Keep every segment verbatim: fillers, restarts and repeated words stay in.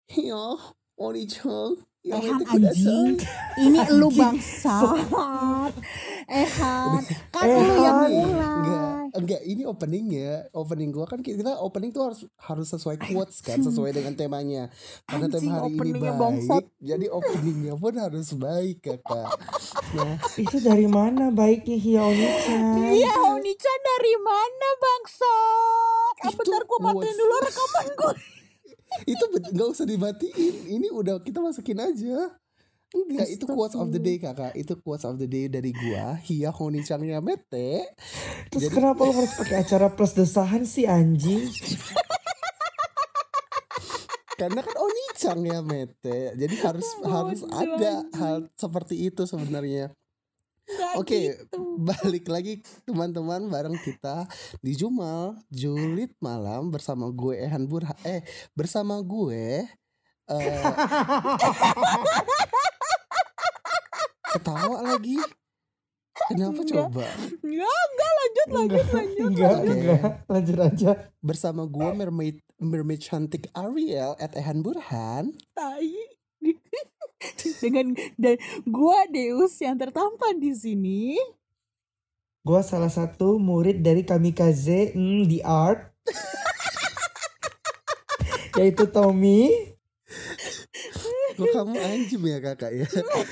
Hiya, Oni-chan. Ya Ehan mete anjing, kudasai. ini lu bangsat. Ehan, kan lu yang Ehan. Enggak, mulai. enggak ini openingnya. Opening gua kan kita opening tuh harus harus sesuai quotes kan, sesuai dengan temanya. Karena Anjing, tema hari ini openingnya baik, bangsat. jadi openingnya pun harus baik, Kakak. Nah, Itu dari mana baiknya Hiya Oni-chan? Iya, Oni-chan dari mana bangsat? Ah, Itu bentar gua matiin quotes. dulu rekaman gue. Itu ben- nggak usah dimatiin. Ini udah kita masukin aja. Enggak, itu quotes of the day, Kakak. Itu quotes of the day dari gua. Hiya Oni-chan ya mete. Terus Jadi kenapa lu harus pakai acara plus desahan sih anjing? karena kan Oni-chan ya mete. Jadi harus harus Bodoh, ada anjing. hal seperti itu sebenarnya. Nggak Oke, gitu. balik lagi teman-teman bareng kita di Jumal Julid malam bersama gue Ehan Burha eh bersama gue eh ketawa lagi. Kenapa Enggak. coba? Enggak, enggak lanjut lanjut Enggak, lanjut. enggak, Oke. enggak. Lanjut aja. Bersama gue mermaid mermaid cantik Ariel at Ehan Burhan. Tai. Dengan dan gua Deus yang tertampan di sini. Gua salah satu murid dari Kamikaze hmm, di art. Yaitu Tommy. Kok kamu anjim ya kakak ya?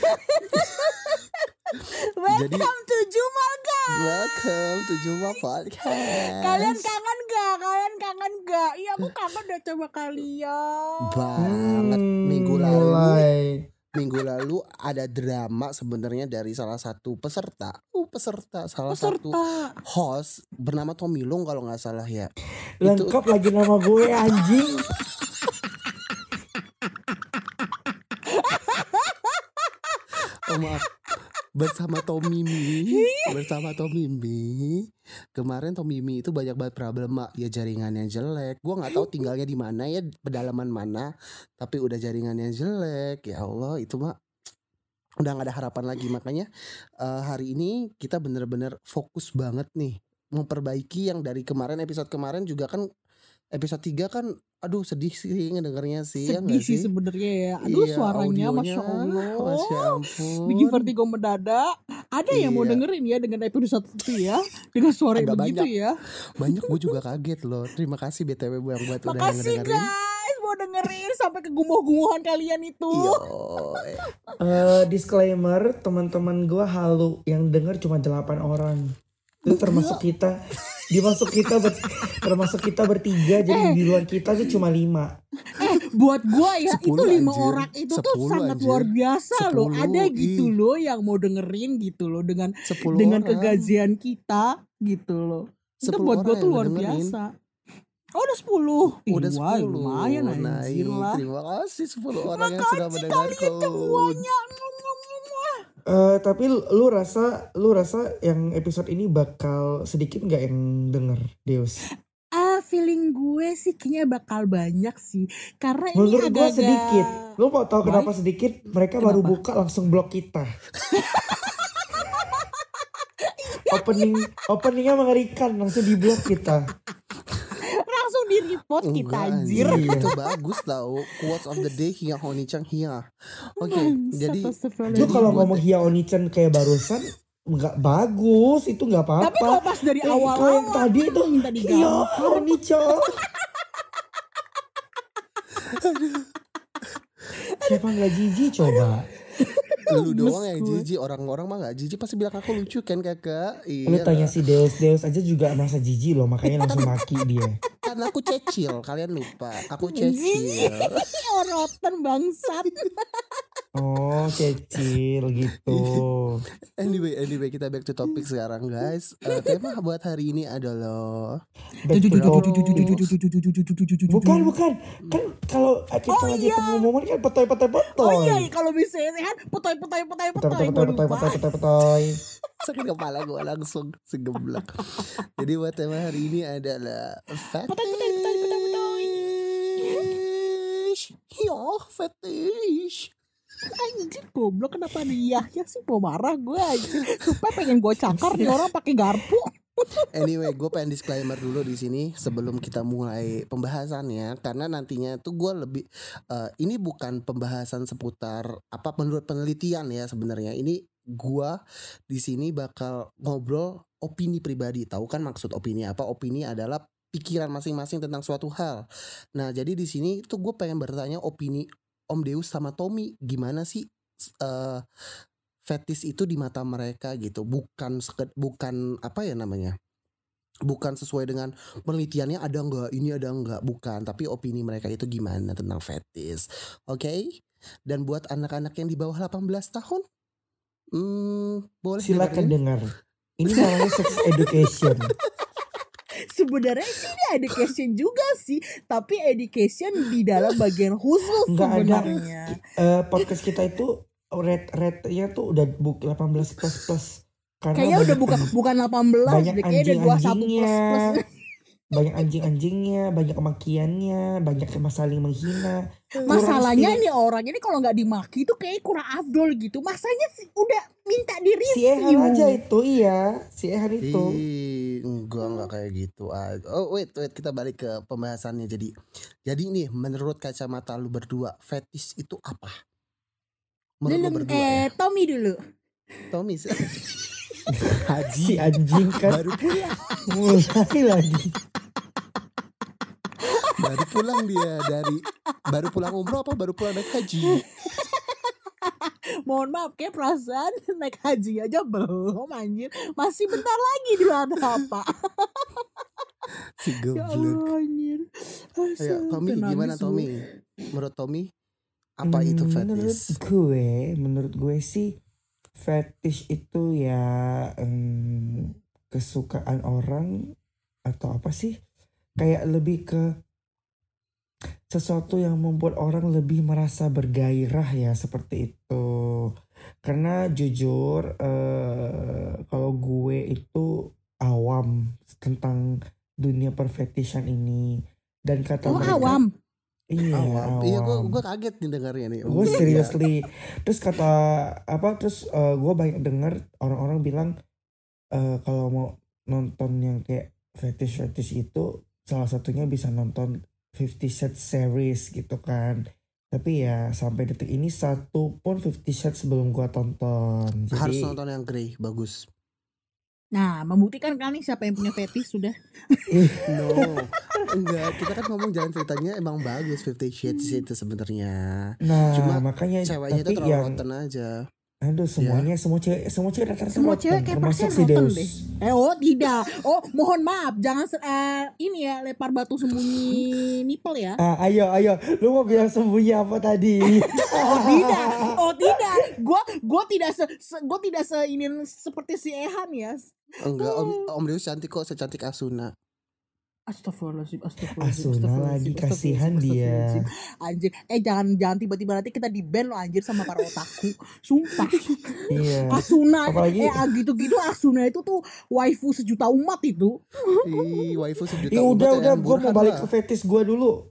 Jadi Welcome to Jumal guys. welcome to Jumal Podcast. Kalian kangen gak? Kalian kangen gak? Iya aku kangen udah coba kalian. banget Hmm, minggu lalu. mulai. Minggu lalu ada drama sebenarnya dari salah satu peserta. Uh, peserta salah satu Peserta. host bernama Tomilung kalau nggak salah ya. Itu Lengkap lagi nama gue anjing. oh maaf bersama Tomimi bersama Tomimi kemarin Tomimi itu banyak banget problema ya, jaringannya jelek. Gua nggak tahu tinggalnya di mana ya, pedalaman mana, tapi udah jaringannya jelek. Ya Allah, itu mah udah nggak ada harapan lagi. Makanya eh, hari ini kita bener-bener fokus banget nih memperbaiki yang dari kemarin, episode kemarin juga kan, episode tiga kan aduh sedih sih ngedengarnya sih, ya Sedih nggak sih sih? sebenarnya ya. Aduh Iya, suaranya audionya, Masya Allah. Masya Bikin ampun. vertigo mendadak. Ada yang mau Iya. dengerin ya dengan episode itu ya. Dengan suara yang Agak begitu banyak. ya. Banyak, gue juga kaget loh. Terima kasih B T W yang buat udah Makasih ngedengerin. guys mau dengerin sampai ke gumuh-gumuhan kalian itu. Yo, Eh, disclaimer, teman-teman gue halu yang denger cuma delapan orang. Itu termasuk kita. Dimasuk kita ber, termasuk kita bertiga, jadi di luar kita tuh cuma lima. Eh buat gua ya Sepuluh, itu lima anjir. orang itu tuh Sepuluh, sangat anjir. luar biasa loh. Sepuluh, Ada gitu ih. loh yang mau dengerin gitu loh dengan sepuluh dengan orang. kegazian kita gitu loh. Itu Sepuluh buat gua orang tuh yang luar dengerin. biasa. Oh udah sepuluh. Ih, Udah wah, sepuluh. lumayan anjir Naik. lah. Terima kasih sepuluh orang yang sudah Makasih mendengarkan. kalian semuanya. Eh, tapi lu rasa, lu rasa yang episode ini bakal sedikit nggak yang denger, Deus? Ah feeling gue sih kayaknya bakal banyak sih. Karena ini Menurut gue agak-agak sedikit. Lu mau tahu Why? kenapa sedikit? Mereka baru Kenapa? buka langsung blok kita. Opening openingnya mengerikan, langsung di blok kita. langsung di report kita Enggak, anjir. anjir. Iya. Itu bagus tau. Quotes of the day, Hiya Honi-chan Hiya. Oke, Bangsat, jadi astagfirullahaladzim. Lu jadi kalau buat ngomong Hiya Oni-chan kayak barusan nggak bagus, itu nggak Tapi kalau apa-apa. pas dari Eh, kalau yang awal-awal tadi tuh itu minta Hiya diganti. Oni-chan. Siapa nggak jijik coba? lu doang yang gue. jijik, orang-orang mah gak jijik, pasti bilang aku lucu kan kakak. Lu Iya tanya lah. si Deus, Deus aja juga merasa jijik loh, makanya langsung maki dia. Kan aku cecil, kalian lupa. Aku Anjing. cecil. Orotan bangsat. Oh, cecil gitu. Anyway, anyway kita back to topic sekarang guys. Eh, tema buat hari ini adalah Back to topic. Bukan, bukan. Kan kalau kita Oh lagi iya. pengumuman kan petoy-petoy Oh petoy. iya kalau bisa sehat potoy potoy potoy Petoy, potoy petoy, gue petoy, petoy, lupa. petoy, petoy, petoy. sakit kepala gue langsung segeblak. Jadi buat tema hari ini adalah Potoy potoy potoy potoy potoy. fetish. Yo, fetish. Anjir goblok kenapa ada Yahya sih mau marah gue anjir. Supaya pengen gue cakar nih orang pakai garpu. Anyway, gue pengen disclaimer dulu di sini sebelum kita mulai pembahasannya, karena nantinya tuh gue lebih eh, ini bukan pembahasan seputar apa menurut penelitian ya sebenarnya. Ini gue di sini bakal ngobrol opini pribadi. Tahu kan maksud opini apa? Opini adalah pikiran masing-masing tentang suatu hal. Nah, jadi di sini tuh gue pengen bertanya opini Om Deus sama Tommy, gimana sih eh fetish itu di mata mereka gitu, bukan seket, bukan apa ya namanya, bukan sesuai dengan penelitiannya ada nggak, ini ada nggak, bukan, tapi opini mereka itu gimana tentang fetish, oke? Dan buat anak-anak yang di bawah delapan belas tahun, hmm, boleh Silakan dengerin. dengar. Ini namanya sex education. Sebenarnya sih ini education juga sih, tapi education di dalam bagian khusus Nggak ada. sebenarnya. Eh, podcast kita itu rate rate-nya tuh udah buk delapan belas plus plus. Karena Kayaknya udah banyak- bukan bukan delapan belas banyak deh, kayaknya udah dua puluh satu plus anjing-anjingnya, plus. banyak anjing-anjingnya, banyak kemakiannya, banyak yang saling menghina. Kurang Masalahnya spirit. ini orang ini kalau nggak dimaki tuh kayak kurang afdol gitu. Masanya sih udah minta di Si Ehan review. aja itu, iya, si Ehan itu. Ih, enggak enggak kayak gitu. Ah, Oh wait wait kita balik ke pembahasannya. Jadi jadi nih menurut kacamata lu berdua fetish itu apa? Menurut lu Dulu berdua ya. eh Tommy dulu. Tommy sih. Si anjing kan baru pulang mulai lagi. baru pulang dia dari baru pulang umroh apa baru pulang naik haji. Mohon maaf kayak perasaan naik haji aja belum anjir. Masih bentar lagi di bulan apa. Si Ya goblok. Allah anjir. Ayo Tommy Sampai gimana nangis Tommy? Menurut Tommy apa itu Hmm, Menurut fetish? gue, menurut gue sih fetish itu ya em, kesukaan orang atau apa sih? Kayak lebih ke sesuatu yang membuat orang lebih merasa bergairah ya seperti itu. Karena jujur eh, kalau gue itu awam tentang dunia perfetishan ini dan kata Oh mereka awam. iya Awam. Iya gue awam. gue kaget nih dengarnya nih. Gue Iya. seriously terus kata apa terus eh, gue banyak dengar orang-orang bilang eh, kalau mau nonton yang kayak fetish fetish itu salah satunya bisa nonton Fifty Shades series gitu kan, tapi ya sampai detik ini satu pun Fifty Shades belum gue tonton. Harus Jadi nonton yang Grey, bagus. Nah membuktikan kan nih siapa yang punya fetish sudah. No, enggak. Kita kan ngomong jalan ceritanya emang bagus Fifty Shades itu sebenarnya. nah Cuma makanya Ceweknya itu tapi terlalu yang rotten aja. aduh semuanya semua cewek semua cewek rata-rata Semua rotten, cewek kayak termasuk pasti si rotten Deus. deh. Eh oh tidak. Oh mohon maaf jangan se- eh, ini ya lempar batu sembunyi nipple ya. Ah, ayo ayo lu mau bilang sembunyi apa tadi? Oh tidak, oh tidak, gue gue tidak se, se gue tidak seinin seperti si Ehan ya. Enggak, Om, Om Deus cantik kok, secantik Asuna. Astagfirullahaladzim, astagfirullahaladzim, Asuna lagi astagfirullahaladzim, kasihan astagfirullahaladzim, dia. astagfirullahaladzim. Anjir, eh jangan jangan tiba-tiba nanti kita di ban lo anjir sama para otaku, sumpah. Iya. Asuna, Apalagi- eh ah, gitu-gitu Asuna itu tuh waifu sejuta umat itu. Ih, waifu sejuta Ya umat udah ya, udah yang gue mau Burhan balik lah. ke fetish gue dulu.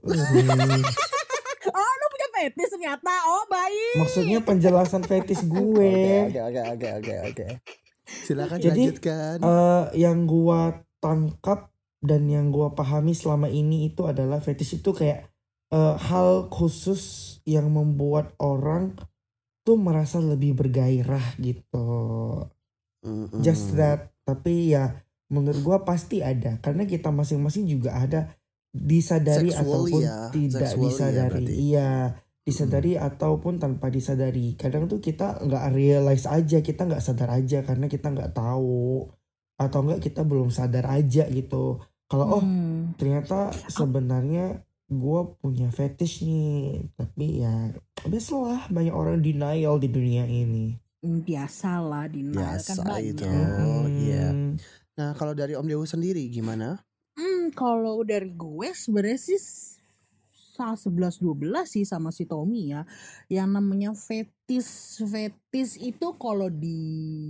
Oh lu punya fetish ternyata, oh baik. Maksudnya penjelasan fetish gue. Oke, oke, oke, oke, oke. Silakan Jadi, dilanjutkan. Eh, yang gua tangkap dan yang gua pahami selama ini itu adalah fetish itu kayak eh, hal khusus yang membuat orang tuh merasa lebih bergairah gitu. Mm-mm. Just that. Tapi ya menurut gua pasti ada karena kita masing-masing juga ada disadari Sexually ataupun ya, tidak sexually ya disadari. berarti. Iya, disadari ataupun tanpa disadari. Kadang tuh kita nggak realize aja, kita nggak sadar aja karena kita nggak tahu atau enggak kita belum sadar aja gitu. Kalau oh Hmm. ternyata sebenarnya gue punya fetish nih, tapi ya biasalah banyak orang denial di dunia ini. Hmm, biasalah denial kan Biasa banyak. itu. Oh, iya. Hmm. Nah, kalau dari Om Deus sendiri gimana? Hmm, kalau dari gue sebenarnya sih sebelas dua belas sih sama si Tommy ya. Yang namanya fetis fetis itu kalau di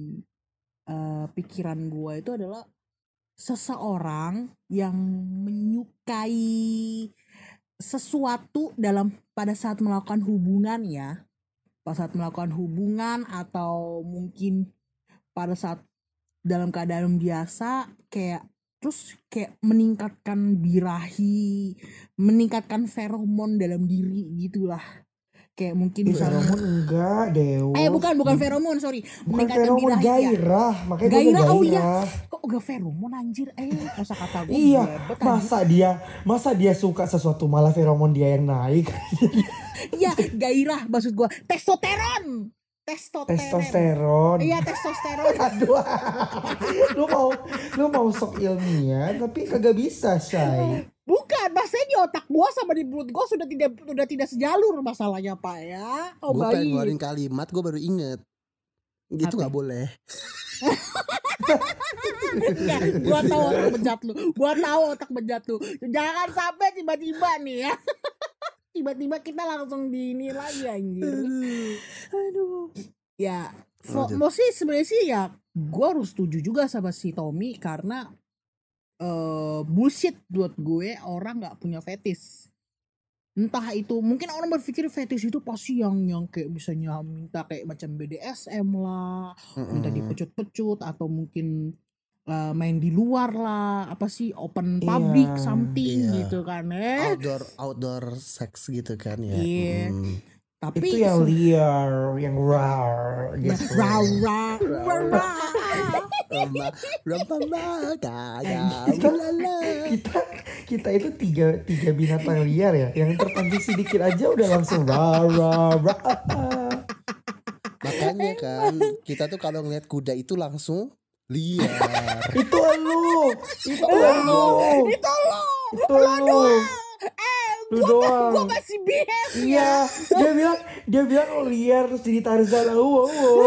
eh, pikiran gue itu adalah seseorang yang menyukai sesuatu dalam pada saat melakukan hubungan ya. Pada saat melakukan hubungan atau mungkin pada saat dalam keadaan biasa kayak terus kayak meningkatkan birahi, meningkatkan feromon dalam diri gitulah. Kayak mungkin Ih, misalnya feromon enggak, Deus. eh bukan bukan feromon, sorry. Bukan Meningkatkan feromon, birahi ya. gairah. Makanya gue Gairah, gairah. oh iya. Kok gak feromon anjir? Eh, kosa kata gue. Iya, bebet, anjir. masa dia masa dia suka sesuatu malah feromon dia yang naik. Iya, gairah maksud gue. Testosteron. Testosteron. Testosteron. Iya, testosteron. Aduh, lu mau lu mau sok ilmiah tapi kagak bisa, Shay. Bukan, maksudnya di otak gue sama di mulut gue sudah tidak sudah tidak sejalur masalahnya Pak ya. Oh Gue pengen baik. ngeluarin kalimat, gue baru inget. Itu Apa? gak boleh. Enggak, gue tahu otak bejat lu. Gue tahu otak bejat lu. Jangan sampai tiba-tiba nih ya. Tiba-tiba kita langsung di ini lagi anjir. Aduh. Ya, so, Lanjut. mostly sebenarnya sih ya gue harus setuju juga sama si Tommy karena eh bullshit buat gue orang nggak punya fetis. Entah itu mungkin orang berpikir fetis itu pasti yang yang kayak misalnya minta kayak macam B D S M lah, minta Mm-mm. dipecut-pecut atau mungkin eh, main di luar lah, apa sih open Iya. public something Iya. gitu kan eh. Outdoor outdoor sex gitu kan ya. Iya. Mm. Tapi Itu yang liar, yang rar ya, gitu. ra ra ra ra. Ramba ramba maga Kita, kita kita itu tiga tiga binatang liar ya, yang terpanggil sedikit aja udah langsung rar rar rar. Makanya kan kita tuh kalau ngeliat kuda itu langsung liar. Itu lu, itu lu, Itu lo. itu lu, Eh, lu gua, doang. gua masih behave. Iya, dia bilang dia bilang lu liar terus jadi Tarzan. Wow, wow.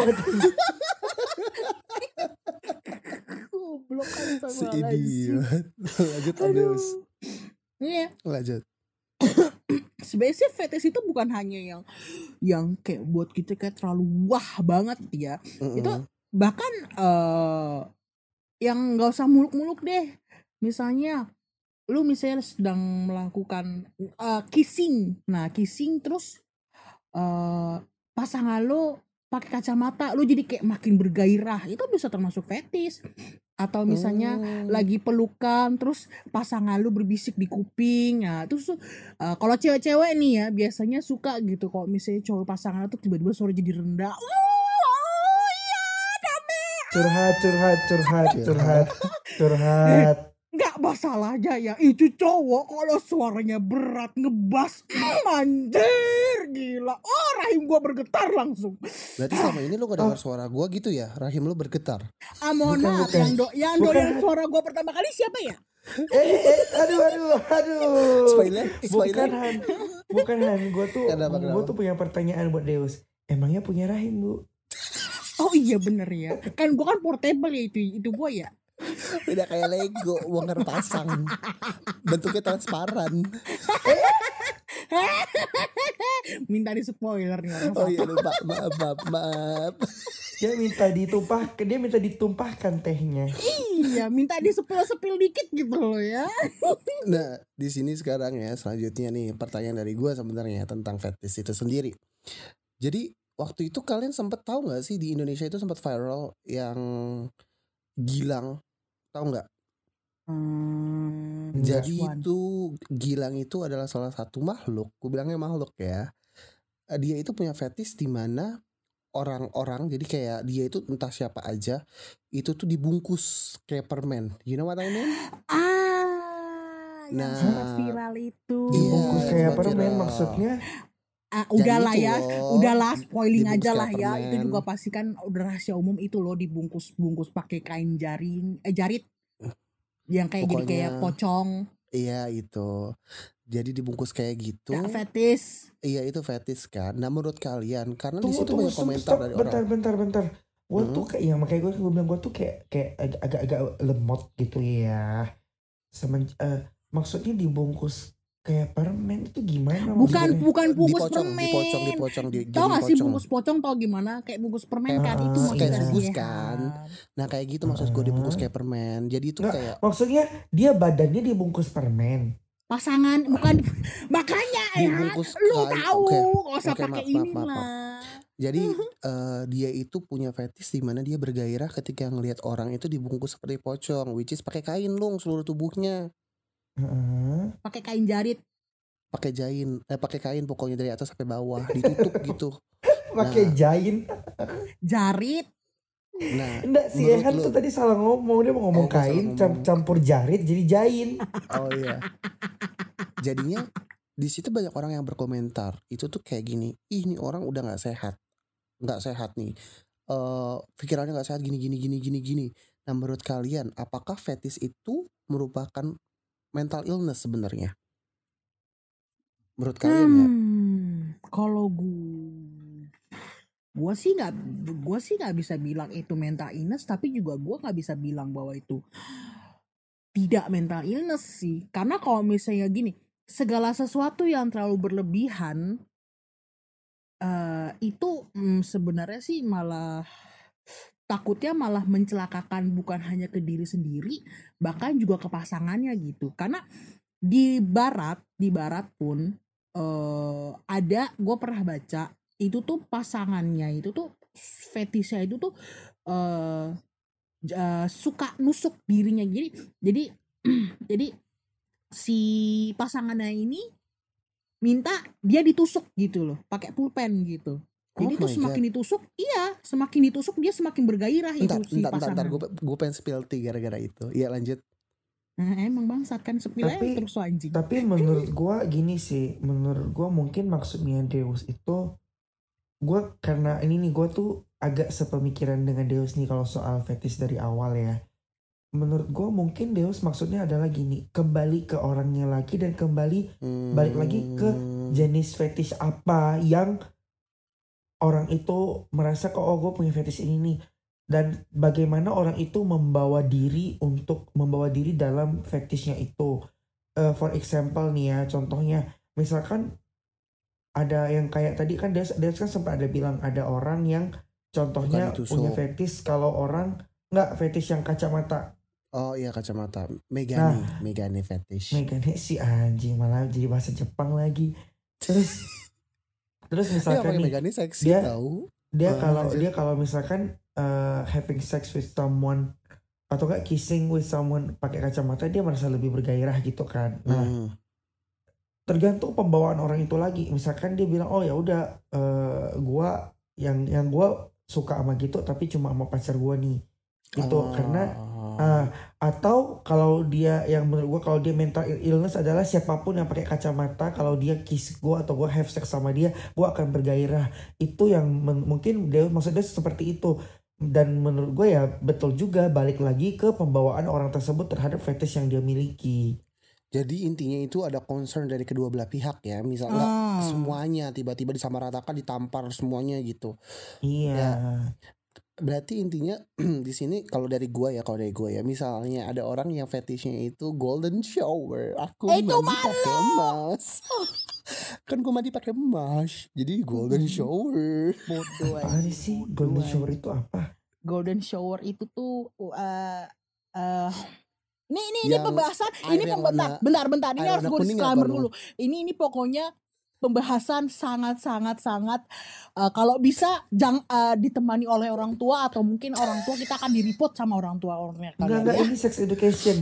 Goblok kan Si sama idiot. Lanjut Adeus. Iya. Lanjut. Sebenarnya sih fetish itu bukan hanya yang yang kayak buat kita kayak terlalu wah banget ya. Mm-mm. Itu bahkan eh yang nggak usah muluk-muluk deh. Misalnya lu misalnya sedang melakukan eh, kissing. Nah, kissing terus eh pasangan lu pakai kacamata, lu jadi kayak makin bergairah. Itu bisa termasuk fetish. Atau misalnya Hmm. lagi pelukan terus pasangan lu berbisik di kuping. Nah, terus tuh uh, kalau cewek-cewek nih ya biasanya suka gitu kalau misalnya cowok pasangan tuh tiba-tiba suara jadi rendah. Oh, iya, Dame. Curhat, curhat, curhat, curhat, curhat. Enggak masalahnya ya itu cowok kalau suaranya berat ngebas. Manjir, gila. Oh, rahim gua bergetar langsung. Berarti selama ini lu gak dengar suara gua gitu ya? Rahim lu bergetar. Ah, mohon Bukan, maaf bukan. yang do yang Bukan. doyan suara gua pertama kali siapa ya? Eh, eh, eh, aduh, aduh, aduh. Spoiler, Bukan spoiler. Han, bukan Han. Gue tuh, Kenapa, gue kenapa? tuh punya pertanyaan buat Deus. Emangnya punya rahim bu? Oh iya bener ya. Kan gua kan portable ya itu itu gua ya. Beda kayak Lego, bongkar pasang. Bentuknya transparan. Minta di spoiler nih orang Oh satu. iya lupa, maaf, maaf, maaf. Dia minta ditumpah, dia minta ditumpahkan tehnya. Iya, minta di sepil-sepil dikit gitu loh ya. Nah, di sini sekarang ya, selanjutnya nih pertanyaan dari gua sebenarnya tentang fetish itu sendiri. Jadi waktu itu kalian sempet tahu nggak sih di Indonesia itu sempat viral yang Gilang, tahu nggak? Hmm, Enggak. Jadi One. itu Gilang itu adalah salah satu makhluk, gue bilangnya makhluk ya. Eh, Dia itu punya fetish di mana orang-orang, jadi kayak dia itu entah siapa aja, itu tuh dibungkus kayak permen. You know what I mean? Ah, yang Nah, sempat viral itu. Dibungkus Iya, kayak sempat permen viral. maksudnya. Ah, Jadi udahlah itu ya, loh, udahlah spoiling dibungkus aja kayak lah ya. permen. Itu juga pasti kan udah rahasia umum itu loh dibungkus-bungkus pakai kain jaring, eh jarit. Yang kayak jadi kayak Pokoknya pocong. Iya itu. Jadi dibungkus kayak gitu. Ya, fetish. Iya itu fetish kan. Nah menurut kalian, karena di Tunggu, situ tunggu, banyak stop, komentar stop. dari Bentar, orang. bentar, bentar. Gue Hmm. tuh kayak, yang makanya gue gue bilang gue tuh kayak kayak agak- agak-agak lemot gitu ya. Semen, eh, maksudnya dibungkus kayak permen itu gimana? Bukan maksudnya? bukan bungkus Dipocong, permen. dipocong, dipocong, di, Tau jadi gak sih pocong. bungkus pocong tau gimana? Kayak bungkus permen kan Ah, itu ah, maksud kayak gak bungkus sih, kan. Han? Nah kayak gitu maksud gue dibungkus kayak permen. Jadi itu Nggak, kayak maksudnya dia badannya dibungkus permen. Pasangan bukan makanya ya dibungkus lu kain. tahu Oke, nggak usah oke, pakai maaf, maaf, ini maaf, maaf. lah. Jadi eh, dia itu punya fetish di mana dia bergairah ketika ngelihat orang itu dibungkus seperti pocong, which is pakai kain long seluruh tubuhnya, Heeh. Pakai kain jarit. pakai jain, eh pakai kain pokoknya dari atas sampai bawah ditutup gitu. Pakai Nah, jain. Jarit. nah Enggak, si menurut Ehan lu, tuh tadi salah ngomong. Dia mau ngomong oh gue salah kain cam- ngomong, campur jarit jadi jain. oh iya, jadinya di situ banyak orang yang berkomentar itu tuh kayak gini, ih ini orang udah nggak sehat, nggak sehat nih, eh pikirannya nggak sehat gini gini gini gini gini. Nah menurut kalian apakah fetish itu merupakan mental illness sebenarnya? Menurut kalian ya? Hmm, kalau gue, gue sih nggak, gue sih nggak bisa bilang itu mental illness, tapi juga gue nggak bisa bilang bahwa itu tidak mental illness sih. Karena kalau misalnya gini, segala sesuatu yang terlalu berlebihan eh, itu mm, sebenarnya sih malah takutnya malah mencelakakan bukan hanya ke diri sendiri, bahkan juga ke pasangannya gitu. Karena di barat, di barat pun eh ada, gue pernah baca itu tuh pasangannya itu tuh fetishnya itu tuh eh j- eh, suka nusuk dirinya. Jadi jadi jadi si pasangannya ini minta dia ditusuk gitu loh, pakai pulpen gitu. Oh Jadi tuh my semakin god. ditusuk, iya, semakin ditusuk dia semakin bergairah Entar, itu si entar, entar, entar. pasangan. Gue gue pengen spill tea gara-gara itu. Iya lanjut. Nah, emang bangsat kan sepilnya Tapi terus anjing. tapi menurut gua gini sih, menurut gua mungkin maksudnya Deus itu, gua karena ini nih gua tuh agak sepemikiran dengan Deus nih kalau soal fetish dari awal ya. Menurut gua mungkin Deus maksudnya adalah gini, kembali ke orangnya lagi dan kembali balik lagi ke Hmm, jenis fetish apa yang orang itu merasa kok, oh gue punya fetish ini nih, dan bagaimana orang itu membawa diri untuk membawa diri dalam fetishnya itu. Eh, for example nih ya, contohnya misalkan ada yang kayak tadi kan Des, Des kan sempat ada bilang ada orang yang suka contohnya punya ditusuk. fetish kalau orang nggak fetish yang kacamata. Oh iya kacamata. Megane, Nah, Megane fetish. Megane si anjing malah jadi bahasa Jepang lagi. Terus terus Iya misalkan pakai nih Megane seksi dia tahu. dia Ah, kalau lanjut. dia kalau misalkan uh, having sex with someone atau enggak kissing with someone pakai kacamata, dia merasa lebih bergairah gitu kan. Nah, Hmm. tergantung pembawaan orang itu lagi. Misalkan dia bilang, oh ya udah, uh, gua yang yang gua suka sama gitu tapi cuma sama pacar gua nih gitu. Karena Oh. ah, atau kalau dia yang menurut gua kalau dia mental illness adalah siapapun yang pakai kacamata, kalau dia kiss gua atau gua have sex sama dia, gua akan bergairah. Itu yang men- mungkin dia maksudnya seperti itu. Dan menurut gue ya betul juga, balik lagi ke pembawaan orang tersebut terhadap fetish yang dia miliki. Jadi intinya itu ada concern dari kedua belah pihak ya. Misal nggak Ah. semuanya tiba-tiba disamaratakan, ditampar semuanya gitu. Iya. Ya berarti intinya di sini kalau dari gua ya, kalau dari gua ya, misalnya ada orang yang fetishnya itu golden shower, aku Eh, itu mandi pakai emas. Kan gua mandi pakai emas, jadi golden shower. Bodoh Apaan anjing, sih bodoh golden shower anjing. itu apa? Golden shower itu tuh uh, uh, ini ini ini Yang pembahasan air ini yang pembentar warna bentar bentar ini air harus warna gue kuning apa disclaimer lu? dulu. Ini ini pokoknya pembahasan sangat sangat sangat uh, kalau bisa jangan uh, ditemani oleh orang tua atau mungkin orang tua kita akan di-report sama orang tua orangnya Enggak kalian enggak ya. ini sex education.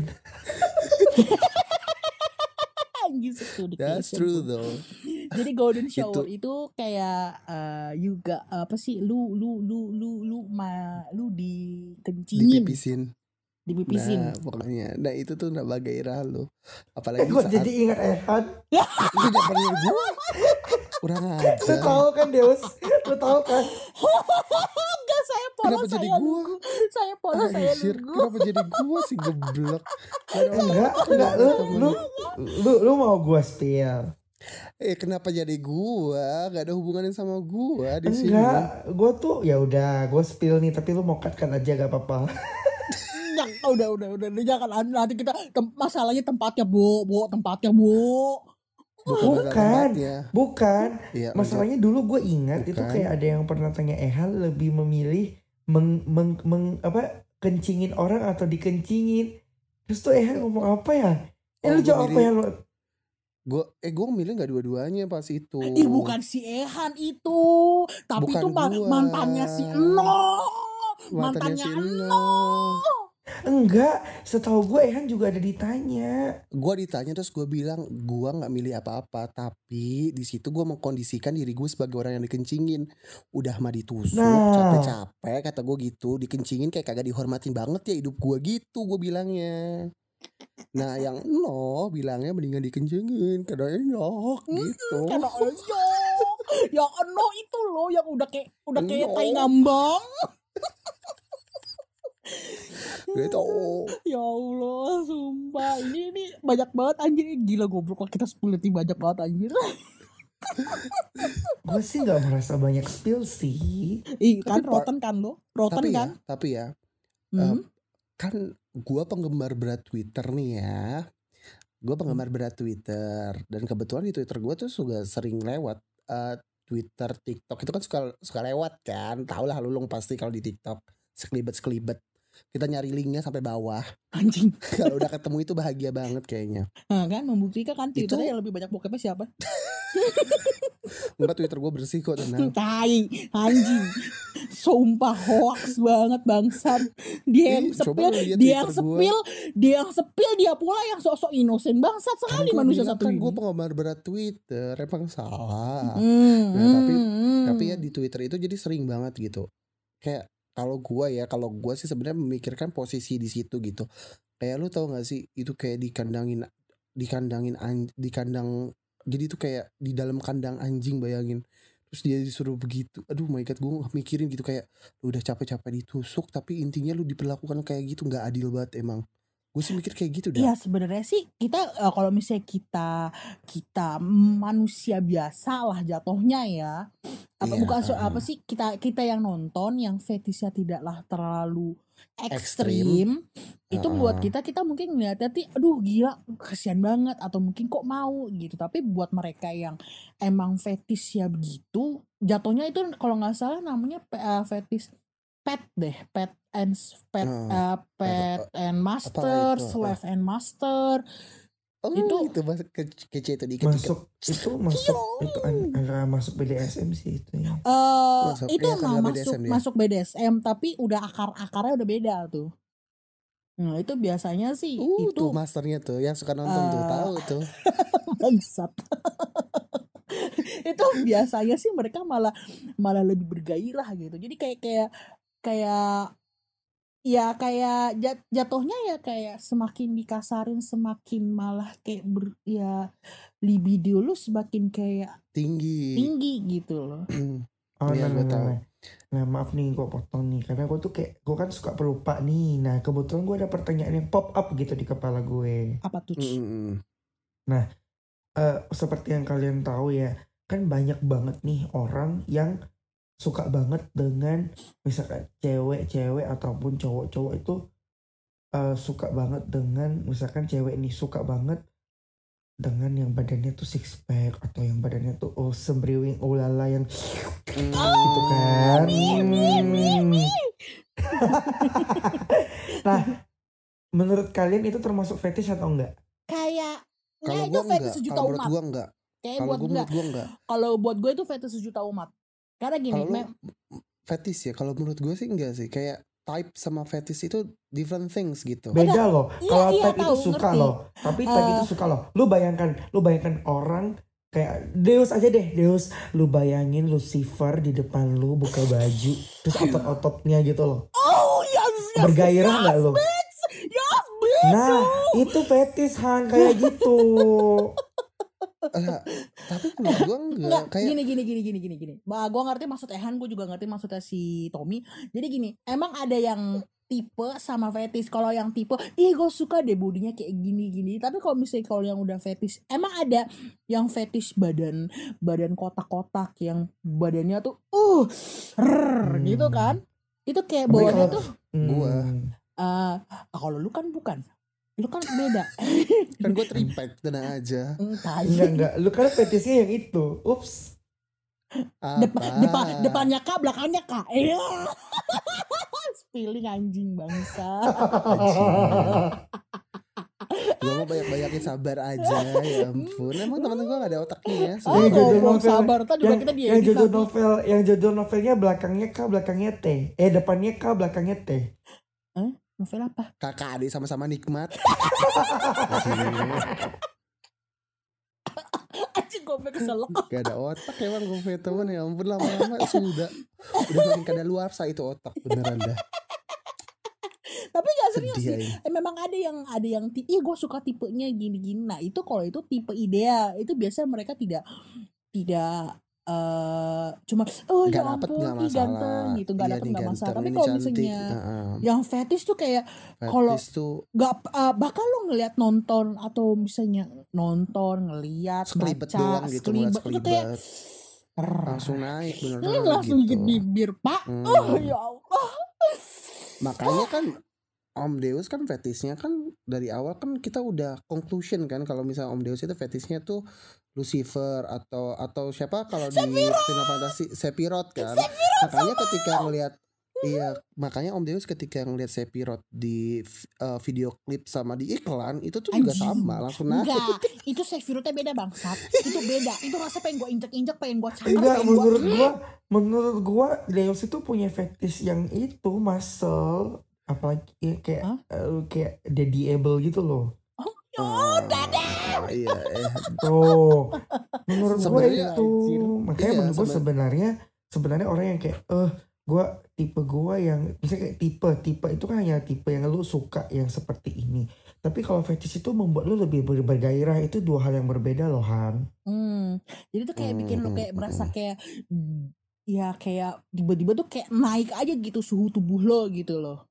Anjing, sex That's education true pun. though. Jadi golden shower Itu itu kayak uh, juga apa sih, lu lu lu lu lu ma lu dikencingin, dipipisin. dipipisin. Nah pokoknya, nah itu tuh nambah gairah lu. Eh Apalagi gue saat jadi ingat Ehan. lu jangan pernah dari gua, kurang Lu ajar. tahu kan Deus? Lu tahu kan? Enggak, saya polos, Kenapa jadi saya gua? lugu. Saya polos, saya Anjir, lugu. kenapa jadi gua sih geblek? Gak ada Enggak, otak enggak ya lu temen. lu lu lu mau gue spill? Eh kenapa jadi gua? Gak ada hubungannya sama gua di sini. Enggak, gue tuh ya udah gue spill nih, tapi lu mau cut kan aja gak apa-apa. Yang udah udah udah udah, jangan nanti kita tem- masalahnya tempatnya bu bu tempatnya bu. Bukan masalah Bukan, tempatnya. bukan. Iya, lanjut. Masalahnya dulu gue ingat itu Bukan. kayak ada yang pernah tanya Ehan lebih memilih meng, meng, meng- apa kencingin orang atau dikencingin. Terus tuh Ehan ngomong apa ya? Eh Oh, lu gua jawab apa milih- ya lu? Gue eh gue milih nggak dua-duanya pas itu. Ih bukan si Ehan itu, tapi Bukan itu ma- gua. mantannya si Eno. Mantannya Mantannya si Eno. Eno. Enggak, setahu gue Ehan juga ada ditanya. Gue ditanya terus gue bilang gue nggak milih apa-apa, tapi di situ gue mengkondisikan diri gue sebagai orang yang dikencingin. Udah mah ditusuk, Nah. capek-capek kata gue gitu, dikencingin kayak kagak dihormatin banget ya hidup gue gitu gue bilangnya. Nah yang no bilangnya mendingan dikencingin karena enak gitu. Karena Eno, yang Eno itu loh yang udah kayak udah kayak Eno. tai ngambang. Gitu. Ya Allah, sumpah ini ini banyak banget anjir, gila goblok kita sepuluh detik banyak banget anjir. Gue sih nggak merasa banyak spill sih. Ih kan Tapi par- rotten kan lo, rotten Tapi ya, kan? tapi ya, Hmm. kan gue penggemar berat Twitter nih ya. Gue penggemar berat Twitter dan kebetulan di Twitter gue tuh juga sering lewat eh, Twitter, TikTok itu kan suka suka lewat kan. Tau lah lu long pasti kalau di TikTok sekelibet sekelibet. Kita nyari linknya sampai bawah. Anjing. Kalau udah ketemu itu bahagia banget kayaknya. Nah kan membuktikan kan Itu- Twitternya yang lebih banyak bokepnya siapa? Enggak, Twitter gue bersih kok, tenang. Tai, anjing. Sumpah hoax banget bangsat. Dia yang Ih, coba sepil, lu lihat dia yang Twitter gua. sepil, dia yang sepil, dia pula yang sok-sok inosen bangsat Kan sekali gue manusia bilang satu kan ini. gue penggemar berat Twitter, emang salah. Hmm, Nah, tapi- hmm, Tapi ya hmm. di Twitter itu jadi sering banget gitu. Kayak kalau gua ya, kalau gua sih sebenarnya memikirkan posisi di situ gitu. Kayak lu tau gak sih itu kayak dikandangin dikandangin an, di kandang, jadi itu kayak di dalam kandang anjing, bayangin. Terus dia disuruh begitu. Aduh my god, gue mikirin gitu kayak lu udah capek-capek ditusuk tapi intinya lu diperlakukan kayak gitu, nggak adil banget emang. Gue sih mikir kayak gitu dah. Iya sebenarnya sih kita eh, kalau misalnya kita kita manusia biasa lah jatuhnya ya. Apa Iya, bukan so- uh-uh. apa sih kita kita yang nonton yang fetishnya tidaklah terlalu Ekstrim. ekstrim, itu Uh-uh. buat kita kita mungkin ngeliatnya tuh aduh gila kasihan banget atau mungkin kok mau gitu. Tapi buat mereka yang emang fetish ya begitu, jatuhnya itu kalau nggak salah namanya pe- eh, fetish pet deh, pet and pet Hmm. eh, pet and master, itu? slave and master. Oh Itu- itu masuk ke kece itu dikit-dikit. Masuk itu masuk itu an- antara masuk B D S M sih itu ya. Eh Masuk- itu iya, mah karena masuk B D S M dia. masuk B D S M tapi udah akar-akarnya udah beda tuh. Nah, itu biasanya sih Uh, itu tuh masternya tuh yang suka nonton tuh, Eh, tahu tuh. bangsat. Itu biasanya sih mereka malah malah lebih bergairah gitu. Jadi kayak kayak kayak ya kayak jat- jatuhnya ya kayak semakin dikasarin semakin malah kayak ber, ya libido lu semakin kayak Tinggi. tinggi gitu loh. Oh Iya, nah, gua nah, tahu. nah, nah maaf nih gue potong nih karena gue tuh kayak gue kan suka pelupa nih. Nah kebetulan gue ada pertanyaan yang pop up gitu di kepala gue. Apa tuh? Mm-mm. Eh, seperti yang kalian tahu ya, kan banyak banget nih orang yang suka banget dengan misalkan cewek-cewek ataupun cowok-cowok itu eh, suka banget dengan misalkan cewek nih suka banget dengan yang badannya tuh six pack atau yang badannya tuh oh sembriwing ulala yang Mm. gitu kan. Hmm. Nah, menurut kalian itu termasuk fetish atau enggak? Kayak Kalau ya itu gua fetish enggak, sejuta kalau menurut umat. gua enggak. Kayak Kalau buat gua enggak. menurut gua enggak. Kalau buat gue itu fetish sejuta umat. Karena gini, Kalau lu mem- fetish ya, kalau menurut gua sih enggak sih. Kayak type sama fetish itu different things gitu. Beda loh. iya, Kalau iya, type itu tahu, suka ngerti. loh. Tapi type Eh. itu suka loh. Lu bayangkan, lu bayangkan orang kayak Deus aja deh, Deus. Lu bayangin Lucifer di depan lu buka baju, terus otot-ototnya gitu loh. Oh yes, yes. Bergairah nggak lu? Bitch. Yes, bitch. Nah, itu fetish Han kayak gitu. Lah, tapi menurut gua enggak. Enggak, Kayak gini gini gini gini gini gini. Bah, gue ngerti maksud Ehan, gue juga ngerti maksudnya si Tommy. Jadi gini, emang ada yang tipe sama fetish. Kalau yang tipe, ih gue suka deh bodinya kayak gini gini. Tapi kalau misalnya kalau yang udah fetish, emang ada yang fetish badan badan kotak-kotak yang badannya tuh uh rrr, Hmm. gitu kan? Itu kayak Tapi bawahnya kalau- tuh Gua. Hmm. eh kalau lu kan bukan. Lu kan beda. kan gua tripack, tenang aja. Hmm, tai. Enggak enggak, lu kan fetishnya yang itu. Ups. Depan, Apa? depan, depannya kak, belakangnya kak. Iya. Spilling anjing bangsa. Gue mau banyak-banyakin sabar aja. Ya ampun. Emang teman-teman gue gak ada otaknya ya. Oh, Yang judul ngomong novel, sabar, ntar juga yang, kita yang diedit judul lagi. novel, yang judul novelnya belakangnya K, belakangnya T. Eh depannya K, belakangnya T. Eh, novel apa? Kakak adik sama-sama nikmat. Anjing gue keselak. Gak ada otak emang gue punya temen. Ya ampun, lama-lama sudah Udah makin kadaluarsa itu otak. Beneran dah. Tapi gak serius Sedih sih. aja. Eh, memang ada yang ada yang ti- ih gue suka tipenya gini-gini. Nah itu kalau itu tipe ideal, itu biasanya mereka tidak tidak eh cuma oh Gak ya dapet ampun gak ih masalah. ganteng gitu, nggak Iya dapet nih nggak masalah. ganteng, Tapi ini kalau cantik. misalnya Heeh. yang fetish tuh kayak kalau Fetis tuh nggak uh, bakal lo ngelihat nonton atau misalnya nonton ngelihat sekelibet baca doang gitu. Ngeliat sekelibet itu kayak sekelibet "Rrrr." langsung naik Ini beneran langsung gitu. gigit bibir pak. Hmm. Oh ya Allah. Makanya kan Om Deus kan fetisnya kan dari awal kan kita udah conclusion kan kalau misalnya Om Deus itu fetisnya tuh Lucifer atau atau siapa kalau di Final Fantasy Sephiroth kan. Makanya ketika ngelihat iya, makanya Om Deus ketika ngelihat Sephiroth di uh, video klip sama di iklan itu tuh juga Anjing. sama langsung naik. Enggak, itu Sephirothnya beda bangsat. Itu beda. Itu rasa pengen gue injek-injek, pengen gue cakar, Enggak, pengen gue menurut gua, menurut gua Deus itu punya fetish yang itu muscle, apalagi ya, kayak Hah? eh, kayak daddyable gitu loh. Oh, dada. Ah, iya, eh. Tuh, menurut gua Sebenarnya- itu, Anjir. makanya Iya, menurut gua seben- sebenarnya sebenarnya orang yang kayak eh gua tipe gua yang bisa kayak tipe tipe itu kan hanya tipe yang lu suka yang seperti ini. Tapi kalau fetish itu membuat lu lebih ber- bergairah, itu dua hal yang berbeda loh Han. Hmm, jadi tuh kayak bikin lo Hmm, kayak hmm, berasa hmm. kayak ya kayak tiba-tiba tuh kayak naik aja gitu suhu tubuh lo gitu loh.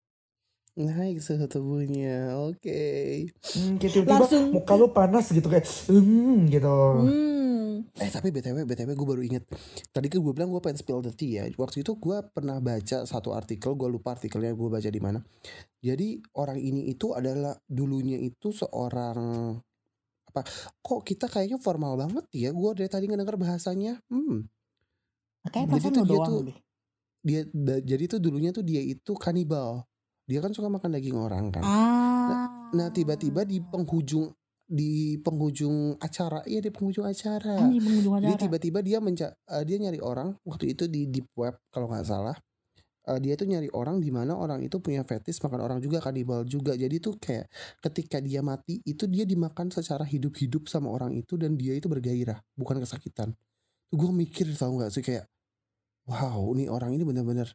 Naik suhu tubuhnya. Oke. Hmm, kayak tiba-tiba Langsung- muka lu panas gitu kayak hmm gitu. Hmm. Eh tapi btw btw gue baru inget. Tadi kan gue bilang gue pengen spill the tea ya. Waktu itu gue pernah baca satu artikel, gue lupa artikelnya gue baca di mana. Jadi orang ini itu adalah dulunya itu seorang apa? Kok kita kayaknya formal banget ya? Gue dari tadi ngedenger bahasanya. Hmm. Kayak Jadi perasaan tuh lo dia doang tuh deh. dia da- jadi tuh dulunya tuh dia itu kanibal. Dia kan suka makan daging orang kan. Ah. Nah tiba-tiba di penghujung di penghujung acara, iya di penghujung acara. Anjing, penghujung Jadi acara. tiba-tiba dia menca uh, dia nyari orang waktu itu di deep web kalau nggak salah. Uh, dia tuh nyari orang di mana orang itu punya fetish makan orang juga, kanibal juga. Jadi tuh kayak ketika dia mati itu dia dimakan secara hidup-hidup sama orang itu dan dia itu bergairah, bukan kesakitan. Tuh gue mikir tau nggak sih kayak wow, ini orang ini benar-benar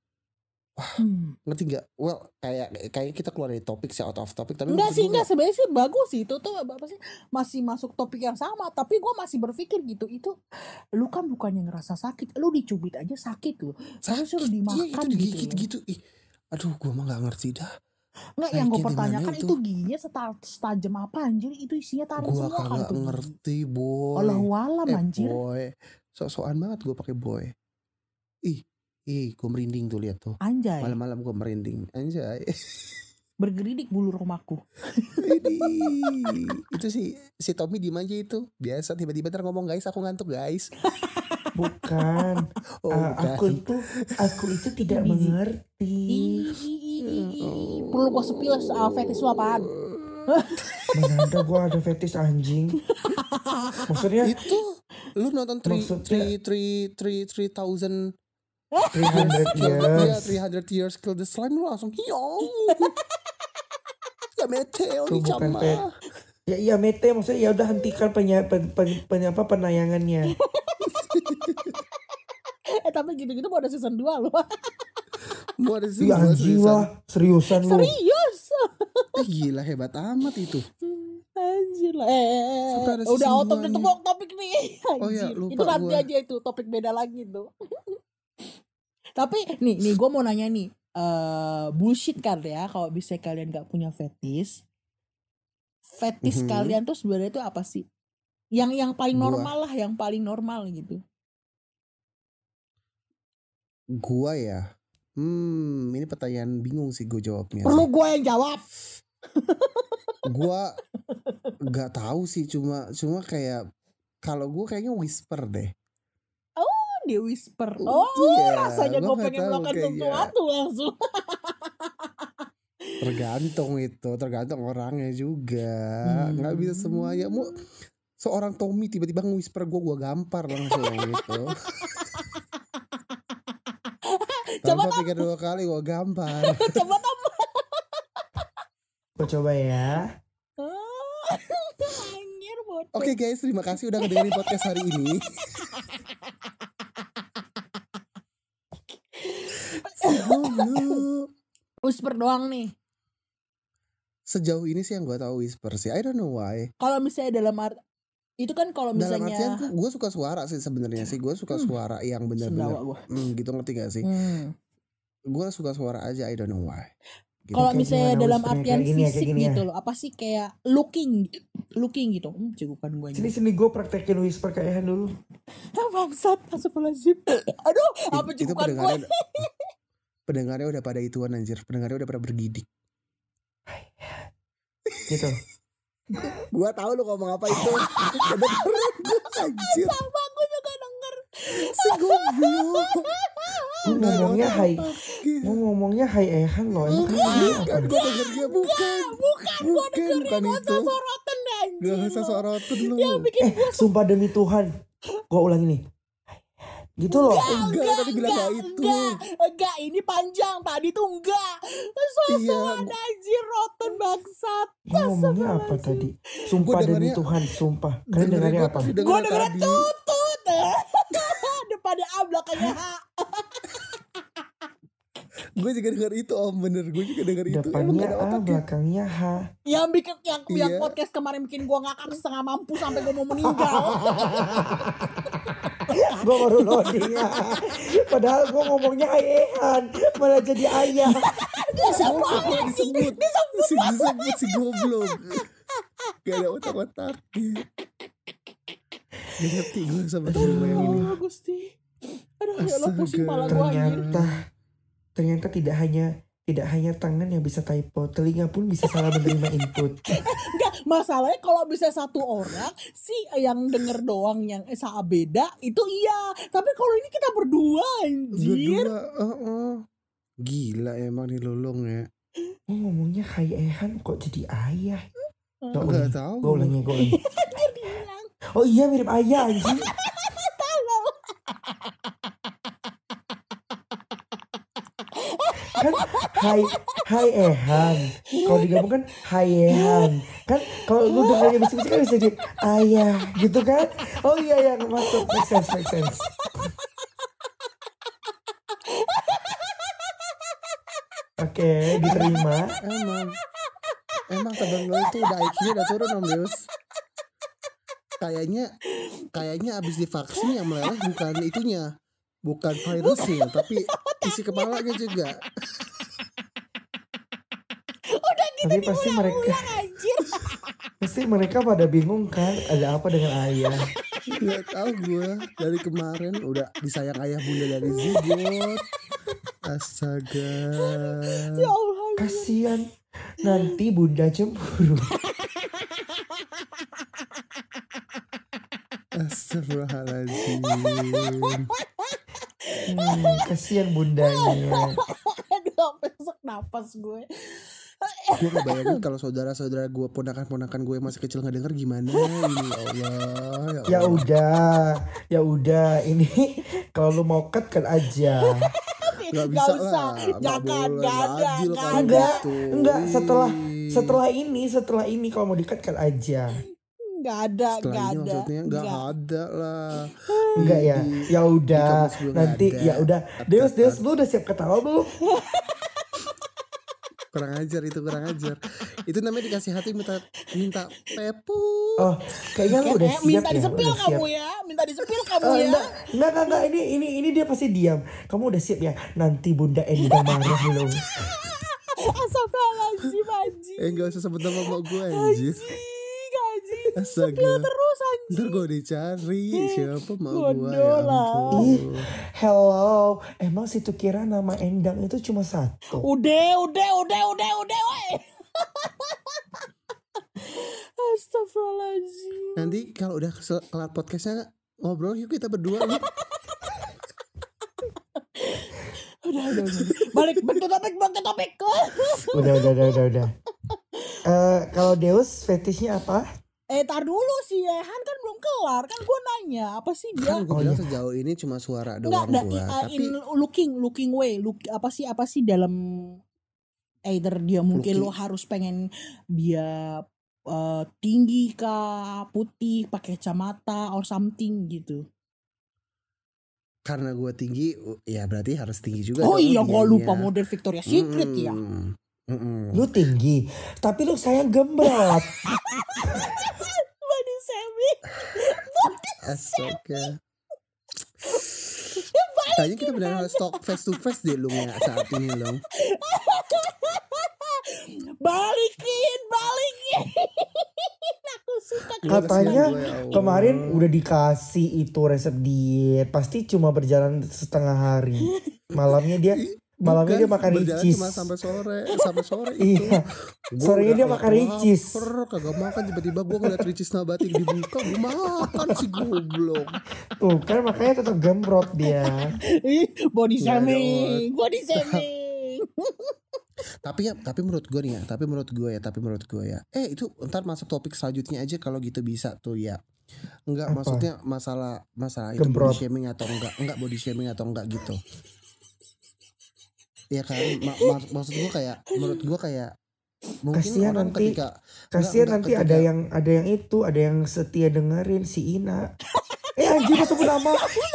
Hmm. ngerti nggak? Well kayak kayak kita keluar dari topik sih, out of topic tapi Enggak maksud sih, gue enggak kayak, sebenarnya sih bagus sih itu tuh apa sih masih masuk topik yang sama, tapi gue masih berpikir gitu itu lu kan bukannya ngerasa sakit, lu dicubit aja sakit loh, tapi suruh sakit, iya dimakan itu digigit gitu. gitu, ih, aduh gue mah nggak ngerti dah. Enggak, yang gue Naiknya di mana pertanyakan itu? itu giginya seta- setajam apa anjir, itu isinya taring Gue semua kan kagak tuh gigi. ngerti boy. Allahu alam Eh anjir. boy, sok-sokan banget gue pakai boy. Ih, ih, gue merinding tuh lihat tuh. Anjay, Malam-malam gue merinding, anjay. bergeridik bulu rumahku. Ini itu si si Tommy diem aja itu biasa tiba-tiba ntar ngomong guys aku ngantuk guys. Bukan. Oh Ah, bukan. aku itu aku itu tidak Busy. mengerti. Ih, ih, ih, ih, ih. Perlu gue sepilas uh, fetish lu apaan? Mana ada gua ada fetish anjing. Maksudnya Itu lu nonton three Maksudnya- three three three three thousand three hundred kill, ya years. three hundred years kill the slime lu langsung hiyo. Ya meteo Itu nih bukan cama. fet- Ya iya mete maksudnya ya udah hentikan penya, pen, pen, pen- apa penayangannya. Eh tapi gitu-gitu mau ada season dua loh. Mau ada sih Iya anjing lah, seriusan lu. Serius. Eh, gila hebat amat itu. Anjir lah. Eh, Sampai ada udah season out of the duanya. to- topik nih. Anjir. Oh iya, lupa itu nanti gua. aja itu topik beda lagi tuh. Tapi nih nih gue mau nanya nih. eh bullshit kan ya kalau bisa kalian gak punya fetish. Fetish Mhm. kalian tuh sebenarnya itu apa sih? Yang yang paling Gua. normal lah, yang paling normal gitu. Gua ya. Hmm, ini pertanyaan bingung sih gue jawabnya. Perlu sih. gue yang jawab. Gua nggak tahu sih, cuma cuma kayak kalau gue kayaknya whisper deh. Dia whisper. Oh, Oh, iya, rasanya gua gue nggak pengen tahu melakukan kayaknya. sesuatu langsung. Tergantung itu, tergantung orangnya juga. Nggak bisa Hmm. semuanya. Mau seorang Tommy tiba-tiba nge-whisper gue, gue gampar langsung gitu. Coba Tanpa pikir dua kali gue gampar. Coba Tom. Gue coba ya. Anjir bocah. Oke guys, terima kasih udah ngedengerin podcast hari ini. Si goblok. Whisper doang nih. Sejauh ini sih yang gue tahu whisper sih. I don't know why. Kalau misalnya dalam art itu kan kalau Dalam misalnya artian gue suka suara sih sebenarnya sih. Gue suka Hmm. suara yang benar-benar sendawa gua. hmm, gitu, ngerti gak sih? Hmm. Gue suka suara aja, I don't know why. Gitu. Kalau Kayak misalnya gimana dalam whispernya? artian Kayak gini ya, kayak fisik gini ya. gitu loh, apa sih kayak looking, looking gitu. Hmm, cegukan gue Sini sini gue praktekin whisper ke Ehan dulu. Ah, bangsat, astagfirullahaladzim. Aduh, apa It- itu cegukan gue? pendengarnya pendengarnya udah pada ituan anjir. Pendengarnya udah pada bergidik. Gitu. Gua tahu lu ngomong apa itu. Kedengeran gua anjir. Sama gue juga denger. Si goblok. Gue ngomongnya hai, gue ngomongnya hai Ehan loh. Emang kamu ngomongnya apa? Kan gua dengernya bukan. Bukan, gue Bukan, dengerin bukan gak itu. usah sorotan deh anjing. Gak usah lo. sorotin lu. Yang bikin Eh, gue sumpah demi Tuhan. Gue ulangi nih. Gitu loh. Enggak, tadi bilang gak itu. Enggak, enggak, ini panjang. Tadi tuh enggak. Sosokan Iya. anjir, rotten bangsat. Gue ngomongnya apa tadi? Sumpah Gua demi dengernya- Tuhan, sumpah. Kalian Dengerin dengarnya gua apa? pasti Gue dengerin dengerin tadi. tutut. Depannya A, belakangnya H. Gue juga denger itu om, bener. Gue juga denger itu. Emang Depannya gak ada A, otaknya. belakangnya H. Yang bikin yang, yang Iya. podcast kemarin bikin gue ngakak setengah mampu sampai gue mau meninggal. Gue baru loading. Padahal gue ngomongnya hai Ehan, malah jadi ayah. Goblok gue disebut. Si disebut si goblok. Gak ada otak-otaknya. Gak ngerti gue sama temen gue yang ini. Oh Gusti. Aduh ya Allah pusing Astaga. kepala gue anjir. Ternyata, ternyata tidak hanya tidak hanya tangan yang bisa typo, telinga pun bisa salah menerima input. Enggak, masalahnya kalau bisa satu orang sih yang denger doang yang eh, saat beda itu iya. Tapi kalau ini kita berdua anjir. Berdua, uh, uh. Gila emang nih lulung ya. Gue ngomongnya hai Ehan kok jadi ayah. Gak Gak ulangi, tahu. gue ulangi, gue ulangi. Bilang, Oh iya mirip ayah anjing. Kan hai hai Ehan. Kalau digabung kan hai Ehan. Kan kalau lu dengarnya bisik-bisik kan bisa jadi ayah gitu kan. Oh iya ya masuk, make sense, make sense. Oke, diterima. Emang. Emang temen lo itu udah I Q-nya udah turun om Yus. Kayaknya kayaknya abis divaksin yang meleleh bukan itunya, bukan virusnya, tapi isi kepalanya juga. Tapi pasti mereka anjir. pasti mereka pada bingung kan ada apa dengan ayah. Gak tahu gue dari kemarin udah disayang ayah bunda dari zigot. Astaga. Ya Allah. Kasian nanti bunda cemburu. Astagfirullahaladzim. Hmm, kasian bundanya. Aduh sampai sesak napas gue. Gue ngebayangin kalau saudara-saudara gue, ponakan-ponakan gue yang masih kecil nggak denger gimana ini, ya Allah. Ya udah, ya udah. Ini kalau lu mau cut cut aja. Nggak Gak bisa usah. lah, nggak Jangan, boleh, gak nggak ada, adil gak kalau ada. Enggak, gitu. enggak. Setelah Ih. setelah ini, setelah ini kalau mau di cut cut aja. Gak ada, Setelah gak ini ada. maksudnya nggak Nggak. ada lah. Enggak ya? Di- Ya di udah. kamus gue nggak Nanti ada. ya udah. Cut, Deus, cut, Deus, cut. lu udah siap ketawa belum? Kurang ajar itu, kurang ajar. Itu namanya dikasih hati minta minta pepu. Oh, kayaknya lu udah Eh, siap minta ya. disepil Udah siap. kamu ya. Minta disepil kamu Oh, ya. enggak, enggak, enggak, enggak, ini, ini, ini dia pasti diam. Kamu udah siap ya? Nanti Bunda Enda marah loh. Astagfirullahaladzim anjing. Eh nggak usah sebut nama mak gue anjir. Anjing, anjing. Astaga. Terus anjing. Ntar gue dicari siapa mak gue, Bodoh ya lah. ampun. Hello, emang situ kira nama Endang itu cuma satu? Udah, udah, udah, udah, udah, weh. Astagfirullahaladzim. Nanti kalau udah kesel- kelar podcastnya ngobrol yuk kita berdua nih. Udah, udah, udah. Balik bentuk topik, bentuk topik. Udah, udah, udah, udah, udah. Eh, kalau Deus fetishnya apa? Eh, tar dulu sih, Ehan kan belum kelar. Kan gue nanya, apa sih dia? Kan gue Oh, bilang iya. sejauh ini cuma suara Enggak, doang da, gue. uh, Tapi in looking, looking way. Look, apa sih, apa sih dalam either dia mungkin Looking. lo harus pengen dia uh, tinggi kah, putih, pakai kacamata or something gitu. karena gue tinggi, ya berarti harus tinggi juga. Oh dong iya, gue lupa dianya. model Victoria's Secret ya. Mm-mm. Mm-mm. Lu tinggi, tapi lu sayang gembrot. Body shaming. Astaga. Kayaknya kita benar harus talk face to face deh Lung ya saat ini Lung. Balikin, balikin. Aku suka Gua Katanya kasihan gue, ya Allah. kemarin udah dikasih itu resep diet, pasti cuma berjalan setengah hari. Malamnya dia malamnya Bukan, dia makan berjalan ricis. cuma sampai sore, sampai sore itu. Iya. Gua Sorenya udah dia makan lapar, ricis. kagak makan, tiba-tiba gue ngeliat ricis nabati dibuka, gue makan si goblok. Tuh kan makanya tetap gembrot dia. Ih, body Ya, shaming, body shaming. Tapi ya, tapi menurut gue nih ya, tapi menurut gue ya, tapi menurut gue ya. Eh itu ntar masuk topik selanjutnya aja kalau gitu bisa tuh ya. Enggak, Apa? maksudnya masalah masalah itu Gembrot. body shaming atau enggak, enggak body shaming atau enggak gitu. Ya kan, ma- ma- maksud gue kayak, menurut gue kayak mungkin Kasihan orang nanti- ketika Kasihan enggak, nanti ketika- ada yang ada yang itu, ada yang setia dengerin si Ina. Eh anjir dia sebut nama.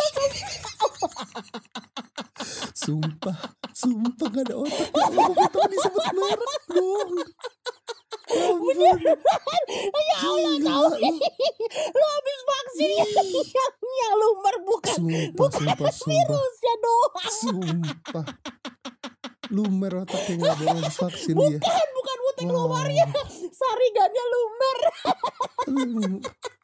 Sumpah, sumpah gak ada otak. Ya Allah, kok kita disebut merek dong. Ya ampun. Ya Allah, Gila, tahu lu. lu habis vaksin yang yang lumar bukan Sumpah, sumpah, sumpah, virusnya doang. sumpah. Lumer otaknya gak bohong habis vaksin dia. Bukan, bukan butek Wow. lumarnya. Sarigannya lumer. Lu-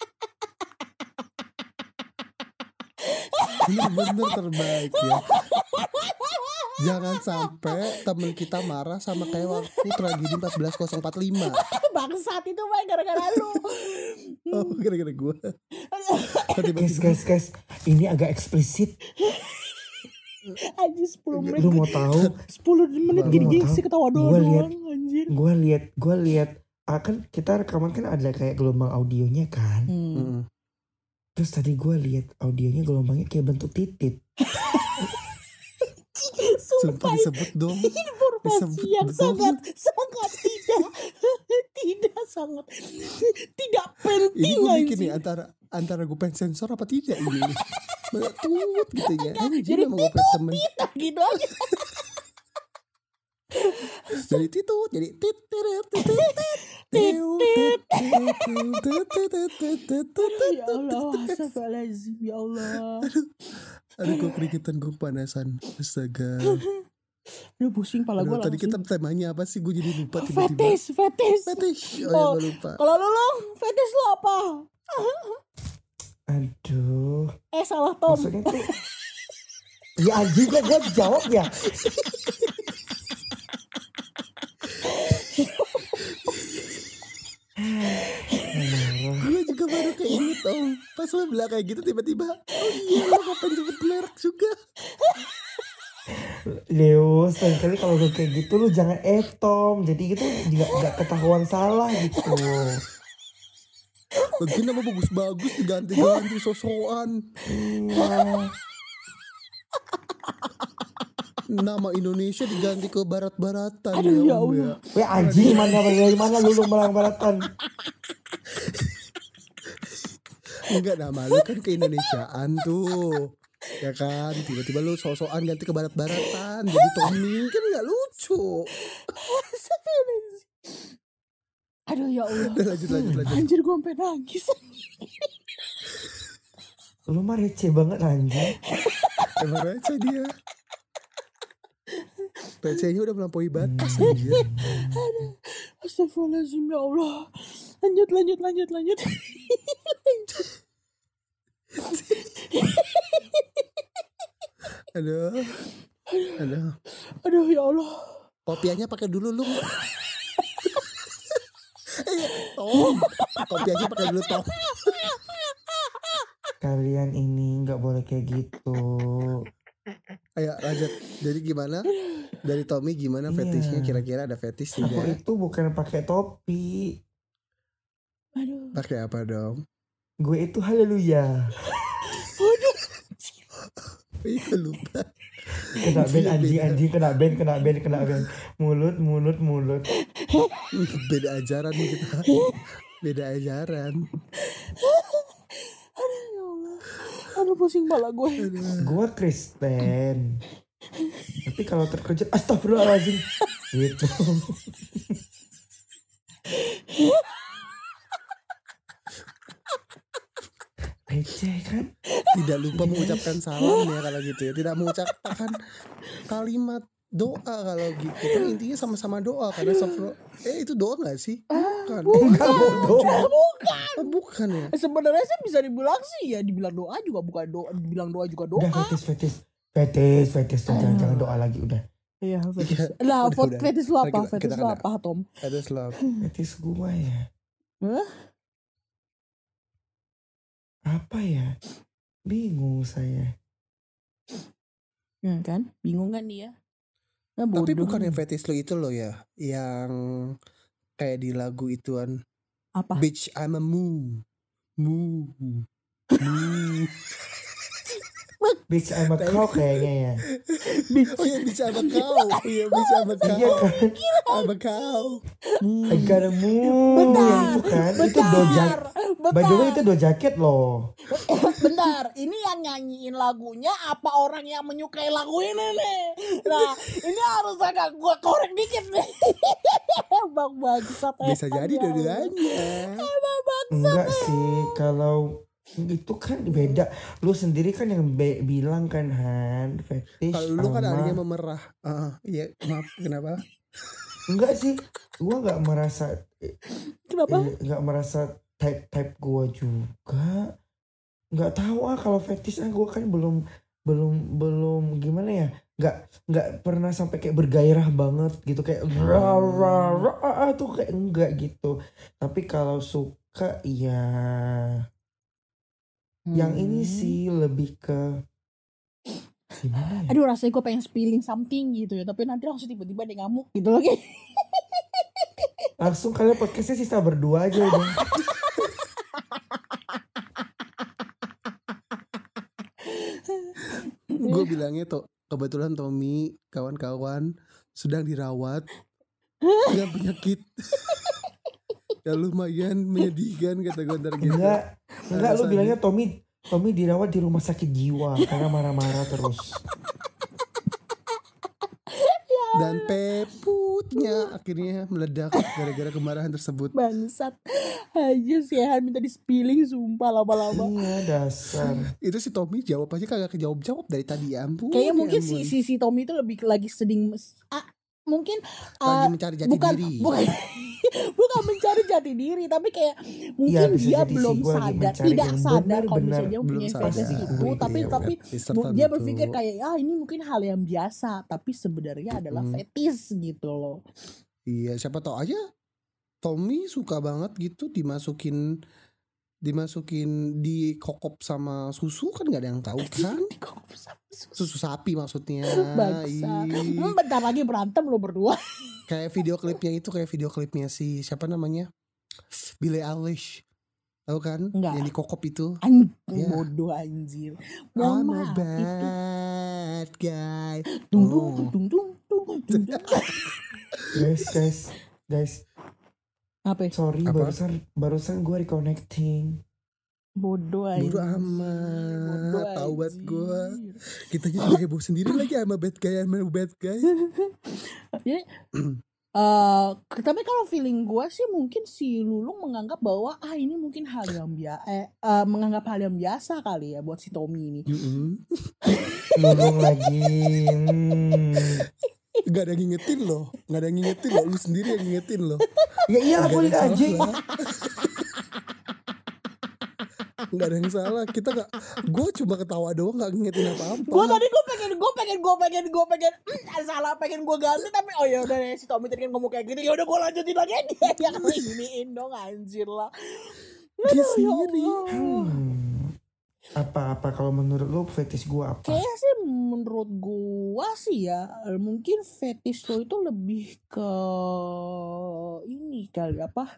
Bener-bener terbaik ya. Jangan sampai temen kita marah sama kayak waktu tragedi empat belas nol empat lima. Bangsat itu mah gara-gara lu. Oh, gara-gara gue. Guys guys guys, ini agak eksplisit. Anjir sepuluh menit. Lu mau tahu? sepuluh menit Lu gini mau gengsi tahu? ketawa Gua doang lihat. anjir. Gue lihat, gue lihat. Ah, kan kita rekaman kan ada kayak gelombang audionya kan. Hmm. Mm-mm. Terus tadi gue lihat audionya gelombangnya kayak bentuk titit. Sumpah Sumpah disebut dong. informasi disebut yang dong. sangat sangat tidak tidak sangat tidak Ini penting gue bikin anjir. nih antara antara gue pengen sensor apa tidak ini. Tut gitu ya. Anjir Jadi sama gue pengen temen. Kita gitu aja. Jadi titut jadi tit tit tit tit. Ya Allah, astagfirullahaladzim, ya Allah. Aduh gue keringetan, gue kepanasan. Astaga. Aduh pusing pala gue Aduh, tadi kita langsung. temanya apa sih? Gue jadi lupa tiba-tiba. Fetis, fetis. Fetish. Oh, ya Oh, gue lupa. Kalau lu lo, fetis lo apa? Aduh. Eh salah Tom. Maksudnya tuh. Ya anjing kok gue jawab ya. Gue juga baru keinget om. Pas lo bilang kayak gitu tiba-tiba. Oh iya lo ngapain sebut merek juga. Leo, sekali kalau lu kayak gitu lu jangan etom. Jadi gitu juga gak ketahuan salah gitu. Begini nama bagus-bagus diganti-ganti sosokan. Iya. Nama Indonesia diganti ke barat-baratan. Aduh, ya Om, Allah. Weh anjing mana dari mana lu lu melang baratan. Enggak, nama lu kan ke Indonesiaan tuh. Ya kan, tiba-tiba lu sosokan ganti ke barat-baratan. Jadi Tommy kan gak lucu. Aduh ya Allah. Udah lanjut, lanjut, lanjut. Anjir gue sampai nangis. Lu mah receh banget anjing. Emang receh dia. Recehnya udah melampaui batas anjir. Astagfirullahaladzim ya Allah. Lanjut, lanjut, lanjut, lanjut. Aduh. Aduh. Aduh ya Allah. Kopiahnya pakai dulu lu. Eh, Tom. Kopiahnya pakai dulu Tom. Kalian ini nggak boleh kayak gitu. Ayo lanjut. Jadi gimana? Dari Tommy gimana Iya. fetishnya? Kira-kira ada fetish Aku tidak? itu bukan pakai topi. Aduh. Pakai apa dong? Gue itu haleluya. Iya lupa. Kena band anjing anjing kena band kena band kena band. Mulut mulut mulut. Beda ajaran nih kita. Beda ajaran. Aduh pusing kepala gue. Gue Kristen. Tapi kalau terkejut astagfirullahaladzim. Gitu. Receh kan? Tidak lupa mengucapkan salam ya kalau gitu ya. Tidak mengucapkan kalimat doa kalau gitu. Kan intinya sama-sama doa karena sofro. Eh itu doa nggak sih? Bukan. Enggak bodoh. Bukan. Oh, bukan ya. Sebenarnya sih bisa dibilang sih ya, dibilang doa juga bukan doa, dibilang doa juga doa. Udah fetis fetis. Fetis fetis tuh jangan jangan doa lagi udah. Iya, fetis. Iya, Lah, udah, fot- udah. fetis lu apa? Kita- Fetis kita lu kena. apa, Tom? Ada selap. Fetis gue ya. Hah? Apa ya? Bingung saya. Ya kan? Bingung kan dia? Nah, Tapi bodoh. bukan yang fetish lo itu lo ya, yang kayak di lagu ituan. Apa? Bitch I'm a moo. Moo. Moo. Bitch I'm a cow kayaknya ya. Oh iya bitch I'm a cow. Iya bitch I'm a Iya cow. kan? I'm a cow. Moo. I got a moon. Bentar, Yang itu kan. Itu bentar, doja. bentar. By the way itu do jacket loh. Bentar, ini yang nyanyiin lagunya apa orang yang menyukai lagu ini nih? Nah, ini harus agak gue korek dikit nih. Bang bangsat. Bisa emang jadi ya Allah. dua-duanya. Emang bangsat. Enggak sih kalau itu kan beda. Lu sendiri kan yang be- bilang kan Han fetish Kalau lu kan sama- adanya memerah. Ah, iya maaf kenapa? Enggak sih. Gua enggak merasa Kenapa? eh, enggak merasa type type gua juga. Enggak tahu ah kalau fetish ah gua kan belum belum belum gimana ya? Enggak enggak pernah sampai kayak bergairah banget gitu kayak ra ra ra ah, tuh kayak enggak gitu. Tapi kalau suka ya yang ini Hmm. sih lebih ke gimana ya? Aduh rasanya gue pengen spilling something gitu ya. Tapi nanti langsung tiba-tiba dia ngamuk gitu loh. Langsung kalian podcastnya sisa berdua aja udah. Gue bilangnya tuh kebetulan Tommy kawan-kawan sedang dirawat dengan penyakit yang lumayan menyedihkan kata gue ntar gitu. Enggak, enggak lu Alasannya. bilangnya Tommy Tommy dirawat di rumah sakit jiwa karena marah-marah terus. Dan peputnya akhirnya meledak gara-gara kemarahan tersebut. Bangsat. Aja si Han minta di spilling sumpah lama-lama. Iya dasar. Itu si Tommy jawab aja kagak kejawab-jawab dari tadi ya ampun. Kayaknya ya mungkin si, ampun. si si Tommy itu lebih lagi sedang ah, mungkin Lagi ah, mencari jati bukan diri. bukan bukan mencari jati diri tapi kayak mungkin Iya, bisa dia jadi sih, belum gua lagi sadar mencari tidak yang sadar benar, kalau misalnya benar. dia Belum punya sadar. fetish itu Iya, tapi iya, tapi Fetish bu- dia tertentu. berpikir kayak ah ini mungkin hal yang biasa tapi sebenarnya adalah Hmm. fetish gitu loh. Iya siapa tahu aja Tommy suka banget gitu dimasukin dimasukin di kokop sama susu kan nggak ada yang tahu kan. Susu sapi maksudnya. Bangsa. Ih. Hmm, bentar lagi berantem lo berdua. Kayak video klipnya itu kayak video klipnya si siapa namanya Billie Eilish. Tahu kan? Enggak. Yang di kokop itu. Anjing Iya. bodoh anjir. Mohon I'm a maaf itu. bad guy. Tung Oh. tung tung tung tung tung tung. Guys, guys, guys. Apa ya? Sorry Apa? barusan barusan gue reconnecting. Bodoh anjir. Bodoh amat. Bodoh Tahu banget anjir. gua. Kita juga heboh sendiri lagi I'm a bad guy, I'm a bad guy. Jadi eh tapi kalau feeling gue sih mungkin si Lulung menganggap bahwa ah ini mungkin hal yang biasa eh, eh, menganggap hal yang biasa kali ya buat si Tommy ini. Mm-mm. Lulung lagi. Hmm. Gak ada yang ngingetin loh. Gak ada yang ngingetin loh. Lu sendiri yang ngingetin loh. Ya iya Gak ada lakuin yang aja. salah. Gak ada yang salah. Kita gak. Gue cuma ketawa doang gak ngingetin apa-apa. Gue tadi gue pengen gue pengen gue pengen gue pengen hmm, salah pengen gue ganti tapi oh ya udah deh si Tommy tadi kan ngomong kayak gitu ya udah gue lanjutin lagi dia yang iniin dong anjir lah. Dia Aduh, ya sendiri. Allah. Hmm. Apa-apa kalau menurut lu fetish gue apa? Kayaknya sih menurut gua sih ya, mungkin fetish lo itu lebih ke ini kali apa?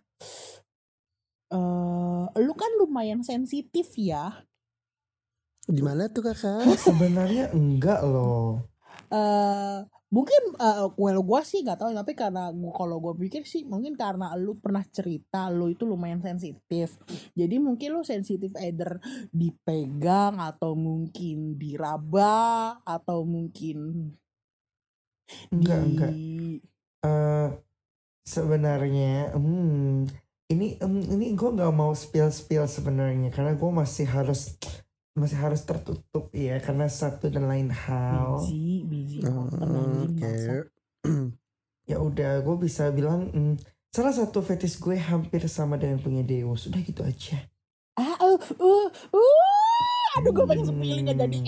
Eh, lu kan lumayan sensitif ya. Di mana tuh kakak? Sebenarnya enggak loh. Eh mungkin uh, well gue sih nggak tahu, tapi karena gua, kalau gue pikir sih mungkin karena lu pernah cerita lu itu lumayan sensitif, jadi mungkin lu sensitif either dipegang atau mungkin diraba atau mungkin Enggak, di enggak. Eh sebenarnya hmm, ini em, ini gue nggak mau spill spill sebenarnya karena gue masih harus masih harus tertutup ya karena satu dan lain hal. biji biji Oh, open anjing Oke. bangsa. Ya udah gue bisa bilang hmm, salah satu fetish gue hampir sama dengan punya Deus. Udah gitu aja. ah uh, uh, uh, aduh gue pengen sepiling aja jadi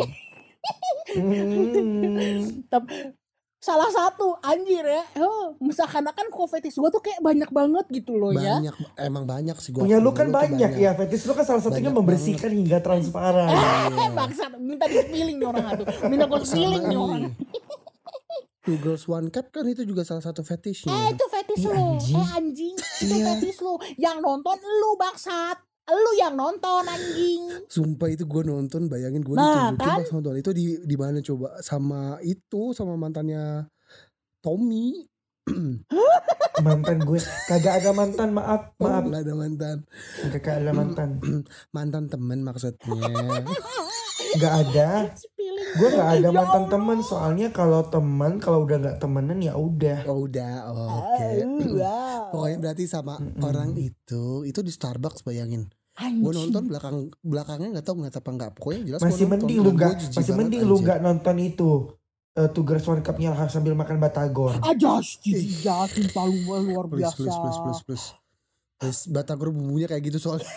Hmm. Tapi salah satu anjir ya, oh, seakan-akan kok fetish gue tuh kayak banyak banget gitu loh ya. Banyak, emang banyak sih gua. Punya lu akuin, kan tuh banyak ya, fetish lu kan salah satunya Banyak membersihkan hingga transparan. Eh bangsat, minta di spilling nih orang tuh, minta gue Sama spilling nih orang. ini. Two Girls One Cup kan itu juga salah satu fetishnya. Eh itu fetish Ih, lo, anjing. eh anjing, itu Iya. fetish lo. Yang nonton lu bangsat, lu yang nonton anjing. Sumpah itu gue nonton, bayangin gue Nah, ditunjukin kan? pas nonton itu di di mana coba, sama itu sama mantannya Tommy. Mantan gue kagak ada mantan, maaf Oh, maaf nggak ada mantan, kagak ada mantan, mantan temen maksudnya. nggak ada. Spilling. Gue nggak ada Ya mantan Allah. temen, soalnya kalau teman kalau udah nggak temenan ya udah. Oh udah, oh, oke. Ah, wow. Pokoknya berarti sama Mm-mm. orang itu, itu di Starbucks bayangin. Anjing. Gue nonton belakang belakangnya nggak tahu ngeliat apa nggak. Pokoknya jelas gua Masih nonton. mending Dan lu gua nggak, jijik masih banget, mending lu anjir. nggak nonton itu. Uh, Two Girls One Cup-nya sambil makan batagor. Aja jijik jahat sumpah lu luar Please, biasa. please, please, please, please. Please, batagor bumbunya kayak gitu soalnya.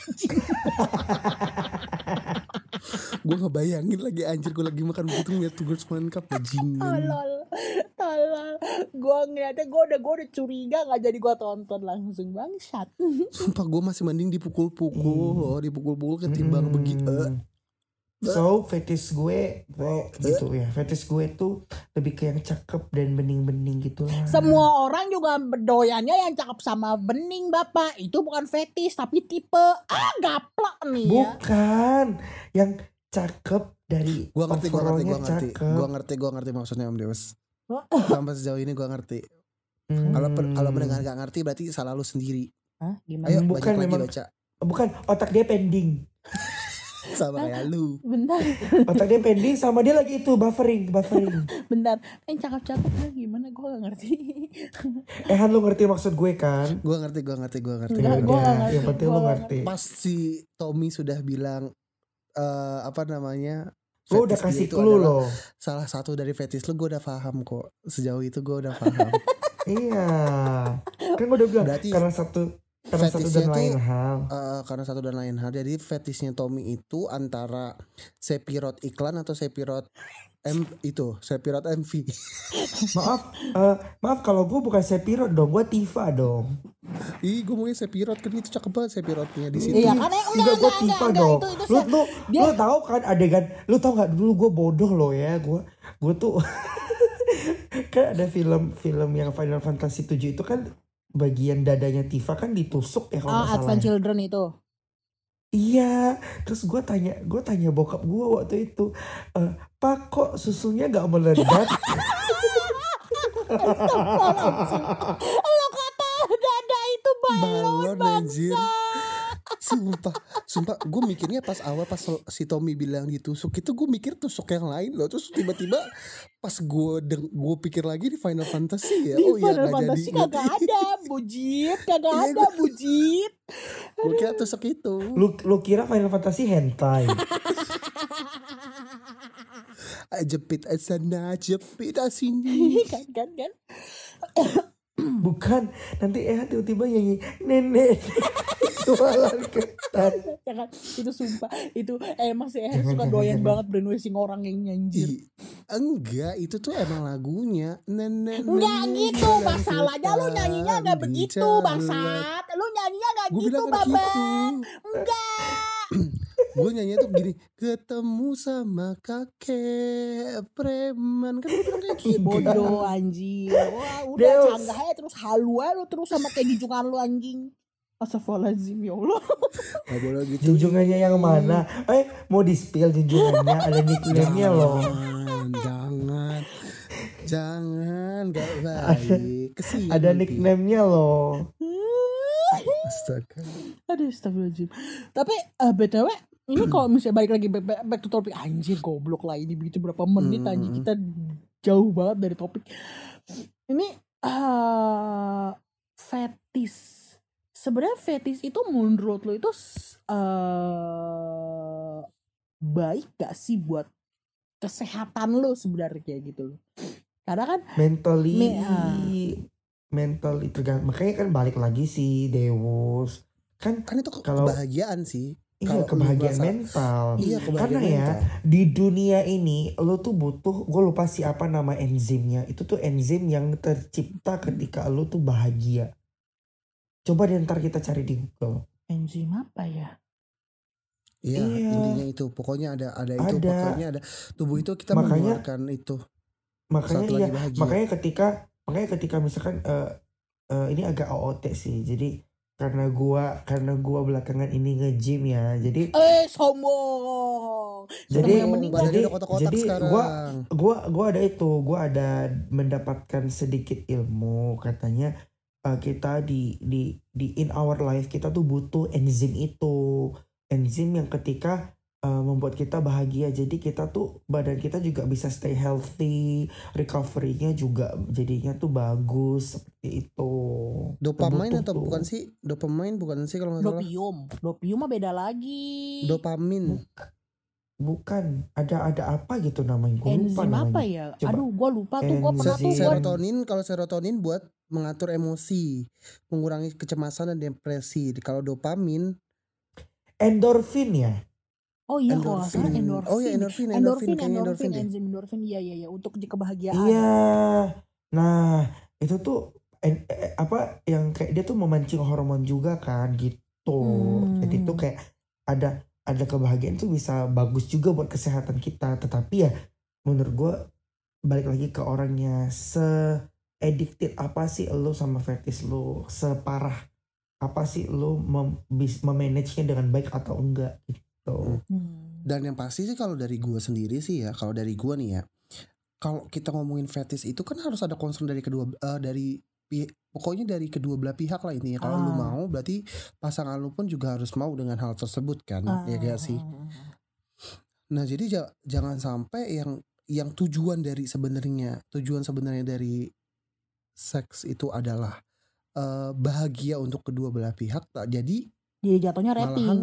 Gue ngebayangin lagi anjir, gue lagi makan begitu ngeliat Two Girls One Cup bajingan. Tolol, tolol. Gue ngeliatnya gue udah gue udah curiga nggak jadi gue tonton langsung bangsat. Sumpah gue masih mending dipukul-pukul Hmm. loh, dipukul-pukul ketimbang Mm-mm. begitu. So fetish gue well, gitu ya. Fetish gue tuh lebih ke yang cakep dan bening-bening gitu lah. Semua orang juga doyannya yang cakep sama bening bapak. Itu bukan fetish tapi tipe ah gaplak nih ya. Bukan yang cakep dari Gue ngerti, gue ngerti, overallnya gue ngerti, cakep. gue ngerti, gue ngerti maksudnya Om Deus. Sampai sejauh ini gue ngerti. Hmm. Kalau per- kalau mendengar gak ngerti berarti salah lu sendiri. Hah, gimana? Ayo Bukan, banyak lagi memang- baca. Bukan, otak dia pending. Sama kayak lu. Bentar, Otak dia pending sama dia lagi itu buffering, buffering. bentar. Eh cakep-cakep ya gimana gue gak ngerti. Eh Han, lu ngerti maksud gue kan? Gue ngerti, gue ngerti, gue ngerti. Enggak, Ya gua udah, nggak ngerti, yang penting gua lu nggak ngerti. Pas si Tommy sudah bilang eh apa namanya, Gue udah fetish dia kasih itu clue adalah loh. salah satu dari fetish lu, gue udah paham kok. Sejauh itu gue udah paham. Iya. Kan gue udah bilang Berarti karena satu karena satu fetishnya dan tuh, lain hal. Eh, karena satu dan lain hal. Jadi fetishnya Tommy itu antara Sephiroth iklan atau Sephiroth M itu Sephiroth M V. Maaf, eh, maaf kalau gue bukan Sephiroth dong, gue Tifa dong. Ih, gue maunya Sephiroth kan itu cakep banget Sephirothnya di situ. Iya kan? Eh, enggak, Enggak, gue enggak, Tifa enggak, enggak, dong. itu- itu Lu se- lu dia- lu tahu kan adegan, lu tahu nggak dulu gue bodoh loh ya, gue gue tuh kan ada film-film yang Final Fantasy tujuh itu kan bagian dadanya Tifa kan ditusuk ya kalau Ah, nggak salah. Advent ya. Children itu. Iya, terus gue tanya, gue tanya bokap gue waktu itu, "Eh, Pak kok susunya nggak meledak?" Lo kata dada itu balon, Balon anjir. Sumpah, sumpah gue mikirnya pas awal pas si Tommy bilang ditusuk itu gue mikir tusuk yang lain loh. Terus tiba-tiba pas gue deng gue pikir lagi di Final Fantasy ya. Di Oh iya Final gak Fantasy jadi. kagak ada bujit, kagak Iya, ada gua- bujit. Gue kira tusuk itu. Lu lu kira Final Fantasy hentai? Ah, jepit sana, jepit sini. kan kan kan. Bukan, nanti eh tiba-tiba nyanyi nenek jualan ketan. Ya kan? Itu sumpah itu eh emang sih eh, suka doyan banget brainwashing orang yang nyanjir. Ih, enggak, itu tuh emang lagunya. Nenek. Enggak nenek gitu, jualan masalahnya lu ketan nyanyinya enggak di begitu, jalan. bangsat. Lu nyanyinya enggak Gue gitu, bilang kan Baba. gitu. Enggak. Gue nyanyi tuh gini, ketemu sama kakek preman, kan gue bilang kayak gitu. Bodoh anjing. Wah udah Deus. canggah aja terus halu aja lu terus sama kayak junjungan lu anjing. Astagfirullahaladzim ya Allah. Gak boleh gitu. Junjungannya yang mana? Eh mau di spill junjungannya, ada nickname-nya loh. Jangan, jangan, jangan, gak baik. Kesian Ada nanti. nickname-nya loh. Astaga. Aduh astagfirullahaladzim. Tapi uh, B T W ini kalau misalnya balik lagi back, back to topik anjir goblok lah ini begitu berapa menit Hmm. anjir kita jauh banget dari topik. Ini uh, fetis. Sebenarnya fetis itu menurut lo itu uh, baik gak sih buat kesehatan lo sebenarnya kayak gitu lo? Karena kan Mentally, Me- ah. mentally tergantung. Makanya kan balik lagi sih Deus. Kan Kan itu ke- Kalau- kebahagiaan sih. iya Kalau lu kebahagiaan merasa- mental. Iya, Karena kebahagiaan ya mental. di dunia ini lo tuh butuh, gue lupa sih apa nama enzimnya. Itu tuh enzim yang tercipta ketika lo tuh bahagia. Coba deh ntar kita cari di Google. enzim apa ya? Iya, Iya. intinya itu. Pokoknya ada ada itu, Ada. pokoknya ada tubuh itu kita Makanya- mengeluarkan itu Makanya saat iya, lagi bahagia. makanya ketika makanya ketika misalkan eh eh, ini agak O O T sih. Jadi karena gua karena gua belakangan ini nge-gym ya. Jadi Eh sombong. Jadi- Ketemu yang meninggal. Badannya jadi- udah kotak-kotak jadi sekarang. gua gua gua ada itu, gua ada mendapatkan sedikit ilmu katanya eh, kita di di di in our life kita tuh butuh enzim itu. Enzim yang ketika eh, membuat kita bahagia. Jadi kita tuh badan kita juga bisa stay healthy, recovery-nya juga jadinya tuh bagus seperti itu. Dopamine Butuh atau tuh. bukan sih? Dopamine bukan sih kalau nggak salah? Dopium. Dopium mah beda lagi. Dopamin. Bukan, ada ada apa gitu namanya? Gue lupa Enzim namanya. apa ya? Coba. Aduh gua lupa tuh. Gua pernah tuh Enzim. gua Serotonin, kalau serotonin buat mengatur emosi, mengurangi kecemasan dan depresi. Kalau dopamin, Endorfin ya? Oh iya kalau nggak salah endorfin. endorfin. Oh ya endorfin, endorfin, endorfin, kayaknya endorfin endorfin, deh. enzim endorfin. Iya iya iya untuk di kebahagiaan. Iya. Nah, itu tuh en- eh, apa yang kayak dia tuh memancing hormon juga kan gitu. Hmm. Jadi tuh kayak ada ada kebahagiaan tuh bisa bagus juga buat kesehatan kita. Tetapi ya menurut gue balik lagi ke orangnya, se addicted apa sih lo sama fetish lo, separah apa sih lo mem- bis- memanage-nya dengan baik atau enggak gitu. Hmm. Dan yang pasti sih kalau dari gua sendiri sih ya, kalau dari gua nih ya, kalau kita ngomongin fetish itu kan harus ada concern dari kedua eh, dari pi- pokoknya dari kedua belah pihak lah intinya. Kalau lu Ah. mau berarti pasangan lu pun juga harus mau dengan hal tersebut kan, ya gak sih? Ah. Nah, jadi ja- jangan sampai yang yang tujuan dari sebenarnya, tujuan sebenarnya dari seks itu adalah eh, bahagia untuk kedua belah pihak. Tak jadi Jadi jatuhnya Malahan- rapping.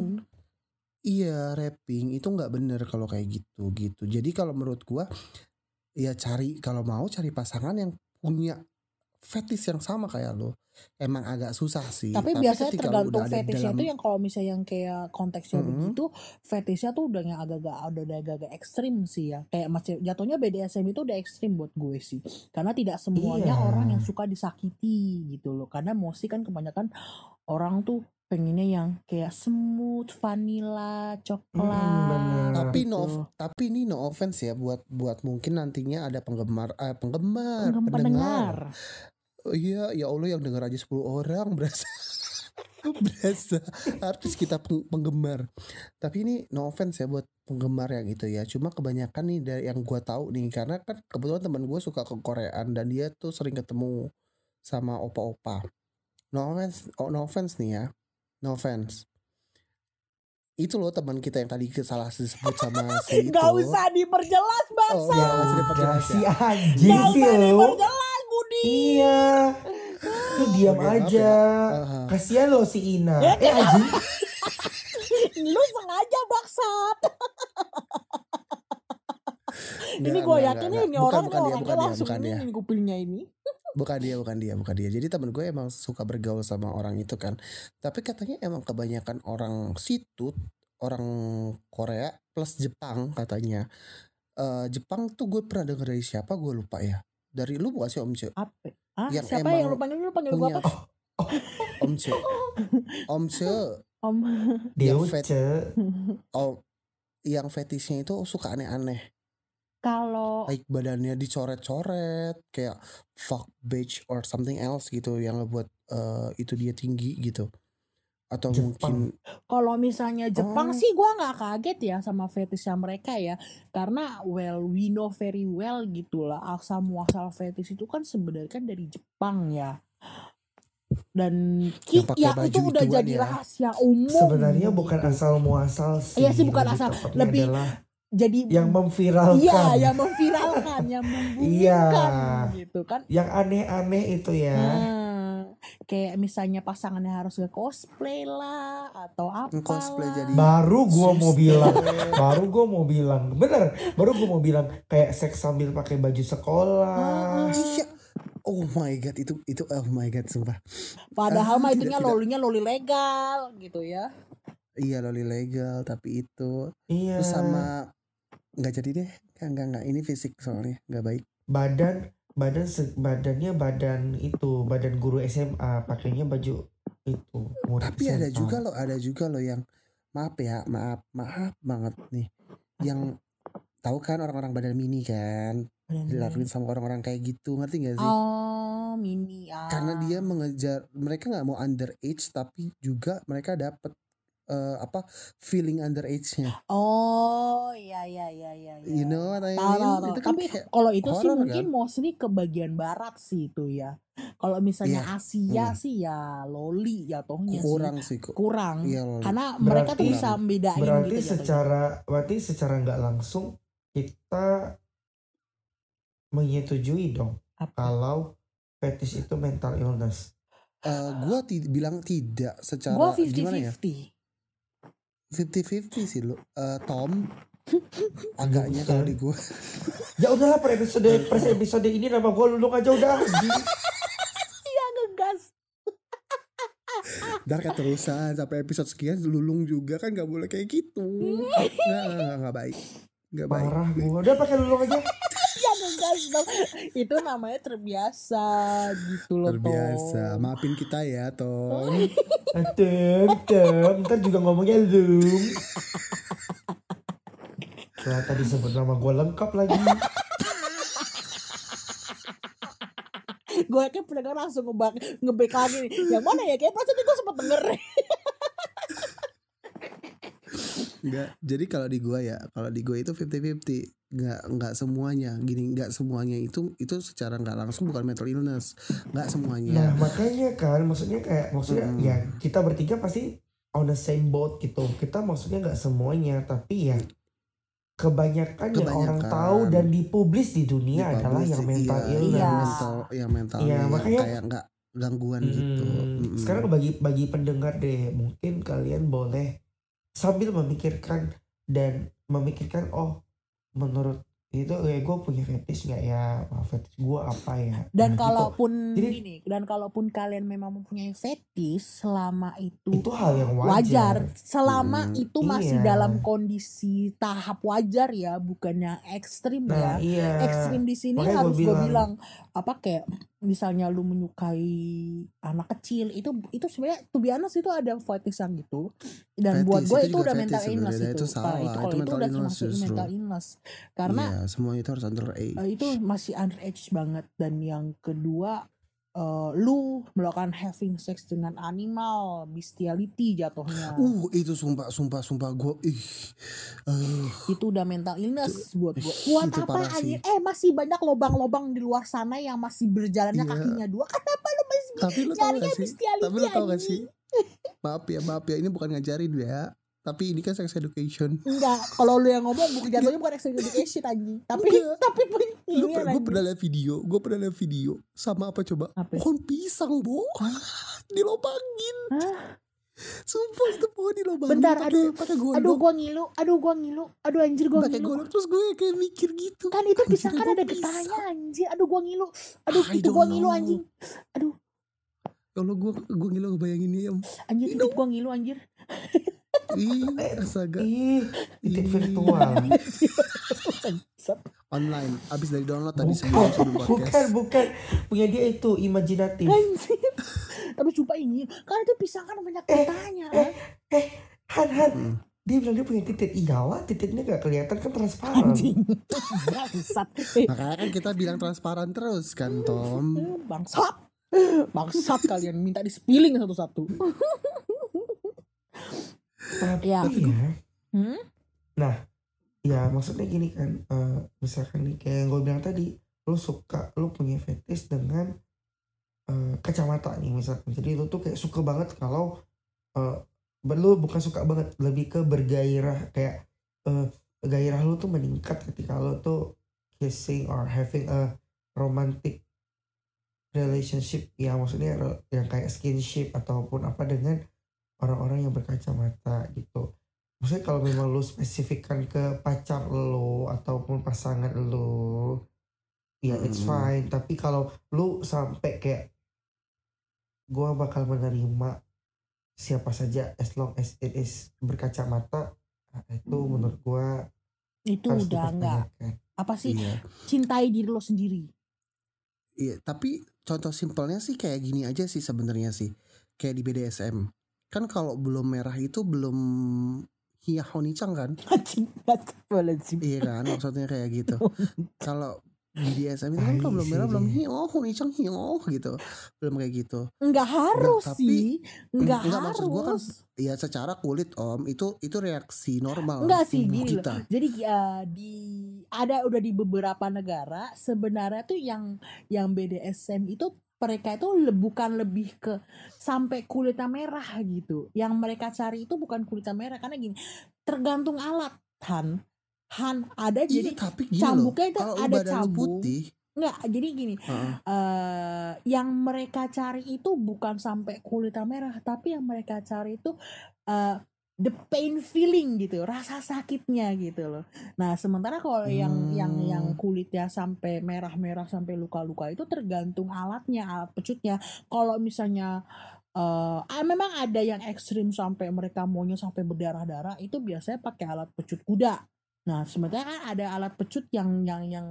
iya rapping itu nggak bener kalau kayak gitu gitu. Jadi kalau menurut gua ya cari kalau mau cari pasangan yang punya fetish yang sama kayak lo. Emang agak susah sih. Tapi biasanya ketika lo tergantung udah ada fetishnya dalam- tuh yang kalau misalnya yang kayak konteksnya Mm-mm. begitu, fetishnya tuh udah yang agak-agak udah udah agak-agak ekstrim sih ya. Kayak macam jatuhnya B D S M itu udah ekstrim buat gue sih. Karena tidak semuanya Iya. orang yang suka disakiti gitu loh. Karena emosi kan kebanyakan orang tuh pengennya yang kayak smooth, vanilla, coklat. bener. Tapi gitu. no, tapi ini no offense ya buat buat mungkin nantinya ada penggemar eh, penggemar, Pendengar. pendengar. Oh iya, ya Allah yang denger aja sepuluh orang berasa berasa artis kita peng- penggemar. Tapi ini no offense ya buat penggemar yang itu ya. Cuma kebanyakan nih dari yang gua tahu nih karena kan kebetulan teman gue suka ke Koreaan dan dia tuh sering ketemu sama opa-opa. No offense, oh, no offense nih ya. No offense. Itu loh teman kita yang tadi salah disebut sama si itu. Gak usah diperjelas Oh, bangsa. ya, Ya masih diperjelas udah si ya. anjing Gak sih usah lo. diperjelas Budi. Iya. Lu diam Oke, maaf aja. ya. Aha. Kasihan lo si Ina. Ya, Eh anjing. Lu sengaja baksat. Ini Nggak, gue nggak, yakin nggak, ini nggak. orang Bukan, nih bukan dia, orangnya bukan dia, langsung bukan ini dia. ini kupingnya ini. Bukan dia, bukan dia, bukan dia. Jadi temen gue emang suka bergaul sama orang itu kan. Tapi katanya emang kebanyakan orang situ, orang Korea plus Jepang katanya. Eh, Jepang tuh gue pernah denger dari siapa gue lupa ya. Dari lu bukan sih Om Ce? Apa? Ah, Yang siapa emang yang lu panggil lu panggil gue punya apa? Om Ce. Om Ce. Om. Yang fet- Deuce. Oh, yang fetishnya itu suka aneh-aneh. Kalau Like badannya dicoret-coret kayak fuck bitch or something else gitu yang ngebuat eh, itu dia tinggi gitu. Atau Jepang. mungkin kalau misalnya Jepang Oh. sih gua nggak kaget ya sama fetishnya mereka ya, karena well we know very well gitulah asal muasal fetish itu kan sebenarnya kan dari Jepang ya. Dan ki, Yang pakai ya baju itu udah ituan jadi ya. rahasia umum. Sebenarnya bukan gitu. asal muasal sih. Iya sih, bukan lebih asal, tepatnya lebih adalah jadi yang memviralkan. Iya, yang memviralkan, yang Iya. membumingkan gitu kan. Yang aneh-aneh itu ya. Nah, kayak misalnya pasangannya harus ke cosplay lah atau apa Cosplay jadi Baru gua mau bilang, sister. baru gua mau bilang, bener, baru gua mau bilang kayak seks sambil pakai baju sekolah. Iya. Oh my god, itu itu oh my god sumpah. Padahal Ah, mah tidak, itunya tidak. lolinya loli legal gitu ya. Iya loli legal tapi itu Iya. terus sama nggak jadi deh. Enggak enggak enggak ini fisik soalnya nggak baik. Badan, badan, se- badannya badan itu, badan guru S M A, pakainya baju itu. murid Tapi ada S M A. juga loh, ada juga loh yang maaf ya, maaf, maaf banget nih. Yang tahu kan orang-orang badan mini kan dilakuin sama orang-orang kayak gitu, ngerti gak sih? Oh, mini ah. Karena dia mengejar, mereka nggak mau underage tapi juga mereka dapet eh, apa feeling underage-nya. Oh, iya iya iya iya. iya. You know what I Tahu, tahu, mean? tahu. Itu kan Tapi kayak kalau itu sih horror mungkin kan? mostly ke bagian barat sih itu ya. Kalau misalnya Iya. Asia Hmm. sih ya loli jatuhnya sih. Kurang sih kok. Kurang. Iya loh. Karena mereka tuh Berarti- bisa bedain Berarti gitu jatuhnya. secara, berarti secara nggak langsung kita menyetujui dong Apa? kalau fetish itu mental illness. Eh, gua ti- bilang tidak secara Gua fifty gimana ya? fifty. fifty-fifty sih lo. Eh, Tom agaknya Bukan. kalau di gua. Ya udahlah, per episode per episode ini nama gue Lulung aja udah. Iya ngegas. Ntar keterusan sampai episode sekian lulung juga kan nggak boleh kayak gitu. Nggak nggak nggak baik. Nggak baik. Parah gue. Udah pakai Lulung aja. Iya ngegas dong. Itu namanya terbiasa gitu loh. Terbiasa. Tom. Maafin kita ya Tom. Tem, tem, ntar juga ngomongnya Lung. Ternyata disebut nama gue lengkap lagi. Gue kayak pendengar langsung ngebak ngebek lagi nih. Yang mana ya? Kayak pas gue sempet denger. Nggak. Jadi kalau di gua ya, kalau di gua itu fifty-fifty. Nggak nggak semuanya. Gini nggak semuanya itu itu secara nggak langsung bukan mental illness. Nggak Nah semuanya. makanya kan, maksudnya kayak maksudnya Mm. ya kita bertiga pasti on the same boat gitu. Kita maksudnya nggak semuanya, tapi ya kebanyakan, yang orang Kebanyakan. tahu dan dipublis di dunia Di adalah publish, yang mental iya, illness. Iya. yang mental, yang mentalnya Iya, yang makanya- kayak nggak gangguan gitu. Hmm, Mm-mm. Sekarang bagi bagi pendengar deh, mungkin kalian boleh sambil memikirkan dan memikirkan, oh menurut itu ya gue punya fetish nggak ya, Wah, fetish gue apa ya. Dan Nah, gitu. kalaupun Jadi- ini, dan kalaupun kalian memang mempunyai fetish, selama itu, itu hal yang wajar, wajar. selama Hmm, itu masih iya. dalam kondisi tahap wajar ya, bukan yang ekstrim Nah ya. iya. Ekstrim di sini makanya harus gua gue bilang. bilang apa kayak misalnya lu menyukai anak kecil itu itu sebenarnya to be honest itu ada fetish yang gitu, dan Fetish, buat gue itu itu juga udah fetish mental illness sebenarnya. itu. Itu Nah, salah, itu itu kalau itu mental udah illness termasuk justru. mental illness karena Iya, semua itu harus underage. Eh, itu masih underage banget. Dan yang kedua eh, lu melakukan having sex dengan animal, bestiality jatuhnya. Uh, itu sumpah, sumpah, sumpah gue, ih, uh, Itu udah mental illness buat gua. Buat itu apa parah anjir? sih. Eh masih banyak lobang-lobang di luar sana yang masih berjalannya Iya. kakinya dua. Kenapa lu masih tapi lu tau nyarinya gak sih? bestiality Tapi lu tau gak anjing? sih? Maaf ya, maaf ya, ini bukan ngajarin ya. Tapi ini kan sex education. Enggak, kalau lu yang ngomong bukan jatuhnya bukan sex education anjing. Tapi Enggak. tapi pun Lu ini per- gue anjing. pernah lihat video, gue pernah lihat video sama apa coba? Apa? Pohon pisang, Bo. Dilobangin. Hah? Sumpah itu pohon dilobangin. Bentar, pakai- aduh. pakai Aduh gondok. gua ngilu, aduh gua ngilu, aduh anjir gua Pakai ngilu. gondok terus gue kayak mikir gitu. Kan itu Anjir, pisang kan emang ada pisang? getahnya anjir. Aduh gua ngilu. Aduh I itu don't gua ngilu know. anjing. Aduh Kalau gue gue ngilu ngebayanginnya ya. anjir hidup gua ngilu anjir. Ih, astaga. Ih, titik Ih. virtual. Online, abis dari download tadi Bukan, sebelum sebelum bukan, podcast. bukan. Punya dia itu imajinatif. Anjir. Tapi sumpah ini kan itu pisang kan banyak Eh, tanya. eh, eh, Han, Han. Hmm. Dia bilang dia punya titik. Iyalah, titiknya gak kelihatan kan transparan. Anjing. Bangsat. Eh, Makanya kan kita bilang transparan terus kan Tom. Bangsat. Bangsat kalian minta di-spilling satu-satu. Tapi Ya. ya, Hmm? nah, ya maksudnya gini kan, eh, misalkan nih kayak yang gue bilang tadi, lu suka, lu punya fetish dengan eh, kacamata nih misalkan. Jadi lu tuh kayak suka banget kalau eh, lu bukan suka banget, lebih ke bergairah kayak eh, gairah lu tuh meningkat ketika lu tuh kissing or having a romantic relationship, ya maksudnya re- yang kayak skinship ataupun apa dengan orang-orang yang berkacamata gitu. Maksudnya kalau memang lu spesifikkan ke pacar lu ataupun pasangan lu, ya it's Mm. fine. Tapi kalau lu sampai kayak gua bakal menerima siapa saja as long as it is berkacamata, nah, itu Hmm. menurut gua Itu harus udah enggak. dipertanyakan. Apa sih? Iya. Cintai diri lo sendiri. Iya, tapi contoh simpelnya sih kayak gini aja sih sebenarnya sih. Kayak di B D S M. Kan kalau belum merah itu belum hiya honicang kan? Anjing. Astagfirullahaladzim. Iya kan, maksudnya kayak gitu. Kalau B D S M itu kan Tai kalau belum sih merah belum dia. hiyo honicang hiyo gitu. Belum kayak gitu. Enggak harus tapi- sih. Enggak Enggak, harus. maksud gua kan ya secara kulit Om itu itu reaksi normal Enggak sih tubuh gini loh. kita. Jadi uh, di ada udah di beberapa negara sebenarnya tuh yang yang B D S M itu mereka itu le- bukan lebih ke sampai kulitnya merah gitu. Yang mereka cari itu bukan kulitnya merah karena gini, tergantung alat Han. Han ada Iya, jadi tapi gini loh. cambuknya itu Kalau lu ada badan lu cambuk. putih, Enggak, jadi gini, heeh. eh yang mereka cari itu bukan sampai kulitnya merah, tapi yang mereka cari itu eh the pain feeling gitu, rasa sakitnya gitu loh. Nah, sementara kalau yang yang Hmm. yang kulitnya sampai merah-merah sampai luka-luka itu tergantung alatnya, alat pecutnya. Kalau misalnya eh ah, memang ada yang ekstrim sampai mereka maunya sampai berdarah-darah, itu biasanya pakai alat pecut kuda. Nah, sementara kan ada alat pecut yang yang yang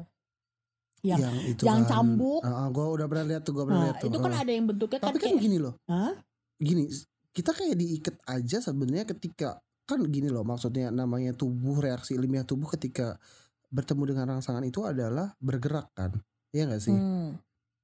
yang yang itu yang kan, cambuk. Heeh, gua udah pernah lihat tuh, gua pernah Nah, lihat tuh. itu kan heeh. ada yang bentuknya kan Tapi kan kayak gini loh. Hah? Gini, kita kayak diikat aja sebenarnya ketika kan gini loh, maksudnya namanya tubuh, reaksi ilmiah tubuh ketika bertemu dengan rangsangan itu adalah bergerak kan. Iya gak sih? Hmm.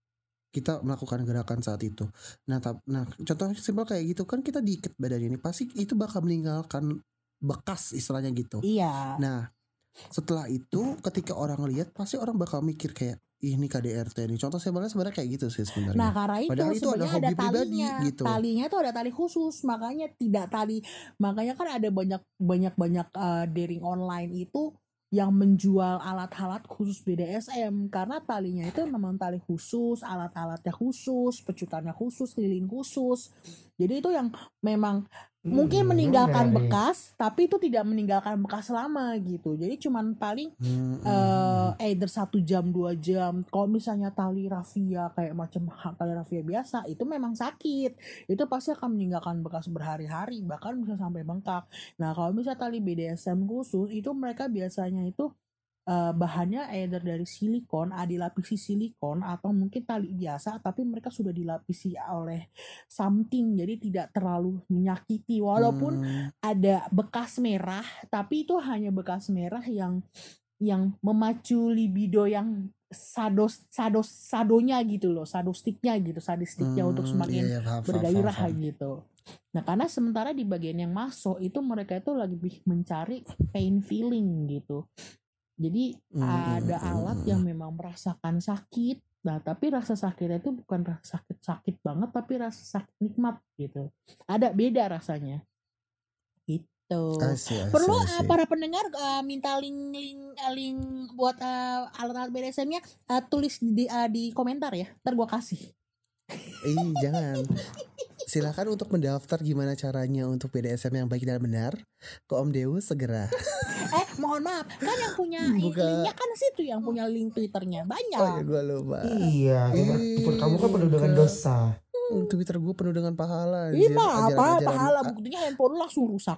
Kita melakukan gerakan saat itu. Nah, tap, nah contoh simpel kayak gitu kan kita diikat badan ini pasti itu bakal meninggalkan bekas istilahnya gitu. Iya. Nah, setelah itu ketika orang lihat pasti orang bakal mikir kayak "Ih, ini K D R T nih. Contoh simpelnya sebenarnya kayak gitu sih Nah, sebenarnya. karena itu Padahal itu ada sebenarnya ada hobi pribadi talinya. gitu. Talinya itu ada tali khusus, makanya tidak tali. Makanya kan ada banyak banyak banyak eh, daring online itu yang menjual alat-alat khusus B D S M karena talinya itu memang tali khusus, alat-alatnya khusus, pecutannya khusus, lilin khusus. Jadi itu yang memang mungkin Hmm, meninggalkan menarik. bekas, tapi itu tidak meninggalkan bekas lama gitu. Jadi cuman paling Hmm, hmm, eh hmm. either satu jam dua jam. Kalau misalnya tali rafia kayak macam ha- tali rafia biasa itu memang sakit, itu pasti akan meninggalkan bekas berhari-hari, bahkan bisa sampai bengkak. Nah, kalau misalnya tali B D S M khusus itu mereka biasanya itu eh, bahannya either dari silikon, ah, dilapisi silikon atau mungkin tali biasa tapi mereka sudah dilapisi oleh something jadi tidak terlalu menyakiti walaupun Hmm. ada bekas merah tapi itu hanya bekas merah yang yang memacu libido yang sados sados sadonya gitu loh, sadistiknya gitu, sadistiknya untuk Hmm, semakin iya, iya, paham, paham, bergairah paham, paham. gitu. Nah, karena sementara di bagian yang masuk itu mereka itu lagi mencari pain feeling gitu. Jadi Hmm, hmm, ada hmm, alat hmm, yang hmm. memang merasakan sakit. Nah, tapi rasa sakitnya itu bukan rasa sakit-sakit banget tapi rasa sakit nikmat gitu. Ada beda rasanya. Gitu. I see, I see, Perlu I uh, see. para pendengar uh, minta link-link uh, link buat uh, alat-alat B D S M-nya uh, tulis di uh, di komentar ya. Ntar gua kasih. Eh, jangan. Silakan untuk mendaftar gimana caranya untuk B D S M yang baik dan benar ke Om Deus segera. Eh, mohon maaf, kan yang punya i- Buka. linknya kan situ yang punya link Twitternya Oh ya banyak. gue lupa. Iya, Twitter, Twitter kamu kan penuh dengan Buka. dosa. Hmm, Twitter gue penuh dengan pahala. Ih, Anjir. mah apa Ajaran-ajaran. pahala a- buktinya handphone lu langsung rusak.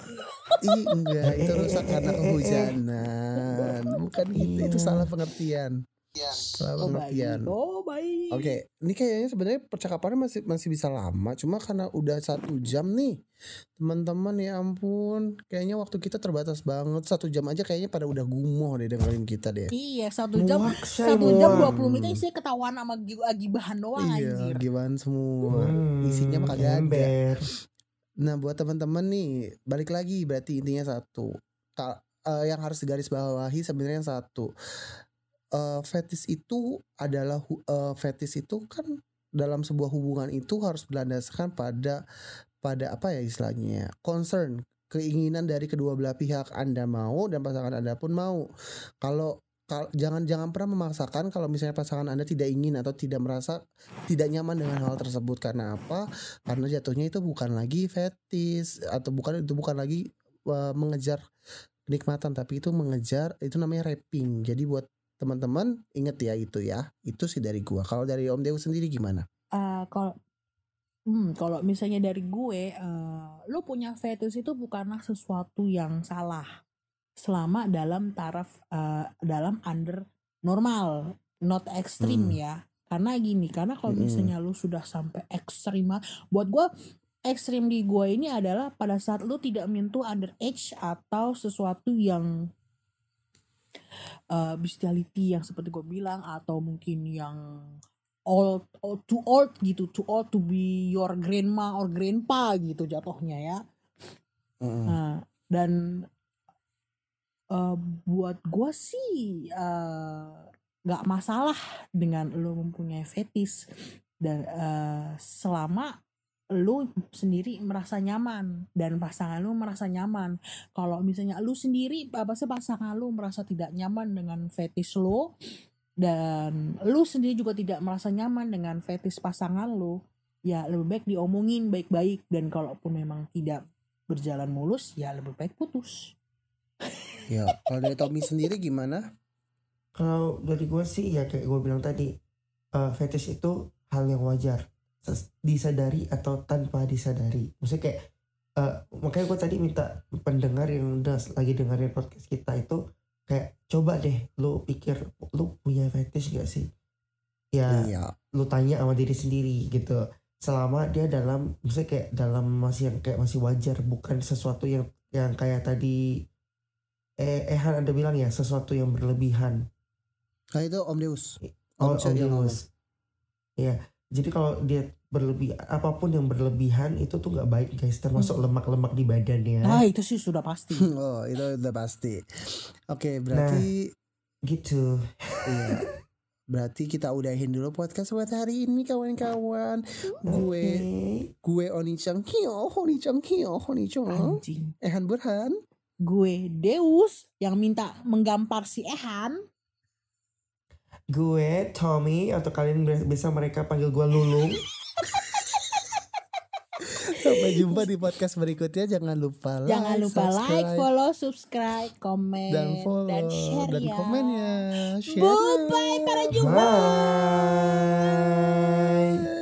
Ih enggak, Eh, itu eh, rusak eh, karena eh, eh, eh. kehujanan. Bukan gitu, itu Iya. salah pengertian. Salah Oh pengertian. baik, oh baik. Oke, ini kayaknya sebenarnya percakapannya masih masih bisa lama, cuma karena udah satu jam nih, teman-teman ya ampun, kayaknya waktu kita terbatas banget. Satu jam aja kayaknya pada udah gumoh deh dengerin kita deh. Iya satu jam, Muak, Shay, satu jam muak. dua puluh menit isinya ketahuan sama gi- gibahan doang Iya, anjir. gimana semua, Hmm, isinya mah kagak ada. ember. Nah buat teman-teman nih, balik lagi berarti intinya satu, Ka- eh, yang harus digarisbawahi sebenarnya yang satu. Eh, fetish itu adalah hu- eh, fetish itu kan dalam sebuah hubungan itu harus berlandaskan pada pada apa ya istilahnya, concern, keinginan dari kedua belah pihak. Anda mau dan pasangan Anda pun mau. Kalau kal- jangan jangan pernah memaksakan kalau misalnya pasangan Anda tidak ingin atau tidak merasa tidak nyaman dengan hal tersebut. Karena apa? Karena jatuhnya itu bukan lagi fetish atau bukan itu bukan lagi eh, mengejar kenikmatan, tapi itu mengejar, itu namanya raping. Jadi buat teman-teman inget ya itu ya, itu sih dari gua. Kalau dari Om Dew sendiri gimana? Eh, kalau hmm, kalau misalnya dari gue, eh, lo punya fetish itu bukanlah sesuatu yang salah selama dalam taraf eh, dalam under normal, not ekstrim Hmm. ya. Karena gini, karena kalau Mm-mm. misalnya lo sudah sampai ekstrim, buat gue ekstrim di gue ini adalah pada saat lo tidak menyentuh underage atau sesuatu yang uh, bestiality yang seperti gue bilang, atau mungkin yang old, old too old gitu, too old to be your grandma or grandpa gitu jatuhnya ya. Mm-mm. Nah, dan uh, buat gue sih uh, gak masalah dengan lo mempunyai fetish, dan uh, selama lu sendiri merasa nyaman dan pasangan lu merasa nyaman. Kalau misalnya lu sendiri apa sih pasangan lu merasa tidak nyaman dengan fetish lu, dan lu sendiri juga tidak merasa nyaman dengan fetish pasangan lu, ya lebih baik diomongin baik-baik, dan kalaupun memang tidak berjalan mulus ya lebih baik putus. Ya, kalau dari Tommy sendiri gimana? Kalau dari gue sih ya kayak gue bilang tadi, eh, fetish itu hal yang wajar, ses- disadari atau tanpa disadari. Maksudnya kayak eh, makanya gue tadi minta pendengar yang udah lagi dengerin podcast kita itu kayak coba deh lu pikir lu punya fetish gak sih? Ya Iya. lu tanya sama diri sendiri gitu. Selama dia dalam, maksudnya kayak dalam masih yang kayak masih wajar, bukan sesuatu yang yang kayak tadi eh Ehan ada bilang ya, sesuatu yang berlebihan. Nah itu Om Deus. Oh, Om Deus yang ngomong. omnibus. Ya, jadi kalau dia berlebih, apapun yang berlebihan itu tuh nggak baik guys, termasuk lemak-lemak di badannya. Nah itu sih sudah pasti. Oh itu udah pasti. Oke berarti Gitu. iya. Berarti kita udahin dulu podcast buat hari ini kawan-kawan. Gue Oke. gue Onicang Hio, Onicang Hio, Onicang. Anjing. Ehan Burhan. Gue Deus yang minta menggampar si Ehan. Gue Tommy, atau kalian bisa mereka panggil gue Lulung. Sampai jumpa di podcast berikutnya. Jangan lupa like, Jangan lupa like, subscribe, follow, subscribe, komen, dan follow dan share dan ya. komennya. Share. Bye-bye, para jumpa. Bye.